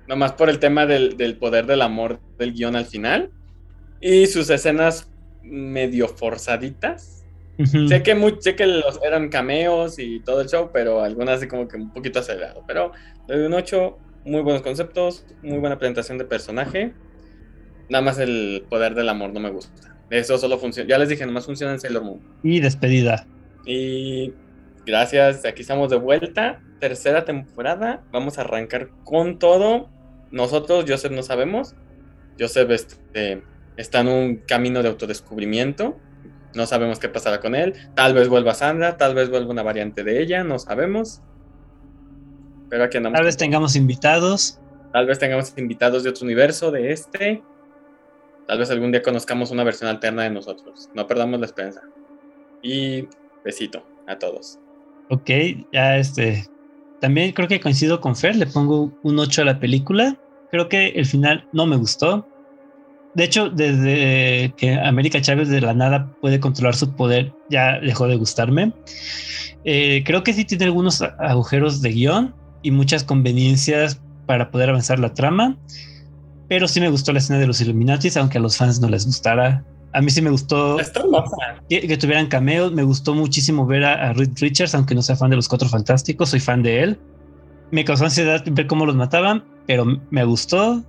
Nomás por el tema del poder del amor del guión al final. Y sus escenas medio forzaditas. Ujú. Sé que eran cameos y todo el show, pero algunas así como que un poquito acelerado. Pero le doy un 8, muy buenos conceptos, muy buena presentación de personaje. Nada más el poder del amor no me gusta. Eso solo funciona. Ya les dije, nomás funciona en Sailor Moon. Y despedida. Y gracias, aquí estamos de vuelta. Tercera temporada. Vamos a arrancar con todo. Nosotros, Joseph, no sabemos. Joseph está en un camino de autodescubrimiento. No sabemos qué pasará con él. Tal vez vuelva Sandra, tal vez vuelva una variante de ella, no sabemos. Pero aquí andamos Tal con vez todo. tengamos invitados. Tal vez tengamos invitados de otro universo, de este. Tal vez algún día conozcamos una versión alterna de nosotros. No perdamos la esperanza. Y besito a todos. Ok, ya también creo que coincido con Fer, le pongo un 8 a la película. Creo que el final no me gustó. De hecho, desde que América Chávez de la nada puede controlar su poder, ya dejó de gustarme. Creo que sí tiene algunos agujeros de guión y muchas conveniencias para poder avanzar la trama, pero sí me gustó la escena de los Illuminatis, aunque a los fans no les gustara. A mí sí me gustó Está loca. que tuvieran cameos. Me gustó muchísimo ver a Reed Richards, aunque no sea fan de los Cuatro Fantásticos, soy fan de él. Me causó ansiedad ver cómo los mataban, pero me gustó.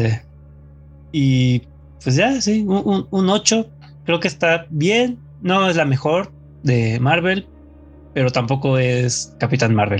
Y pues ya, sí, un 8. Creo que está bien. No es la mejor de Marvel, pero tampoco es Capitán Marvel.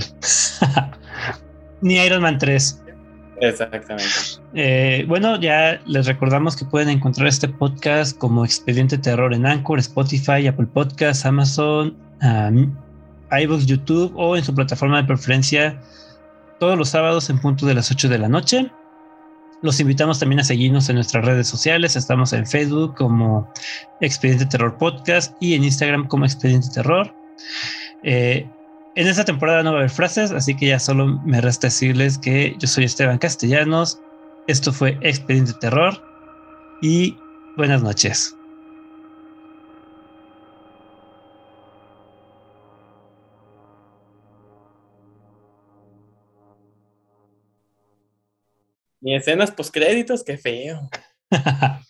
Ni Iron Man 3. Exactamente. Bueno, ya les recordamos que pueden encontrar este podcast como Expediente Terror en Anchor, Spotify, Apple Podcasts, Amazon, iVoox, YouTube o en su plataforma de preferencia todos los sábados en punto de las 8 de la noche. Los invitamos también a seguirnos en nuestras redes sociales. Estamos en Facebook como Expediente Terror Podcast y en Instagram como Expediente Terror. En esta temporada no va a haber frases, así que ya solo me resta decirles que yo soy Esteban Castellanos. Esto fue Expediente Terror y buenas noches. Ni escenas postcréditos, qué feo.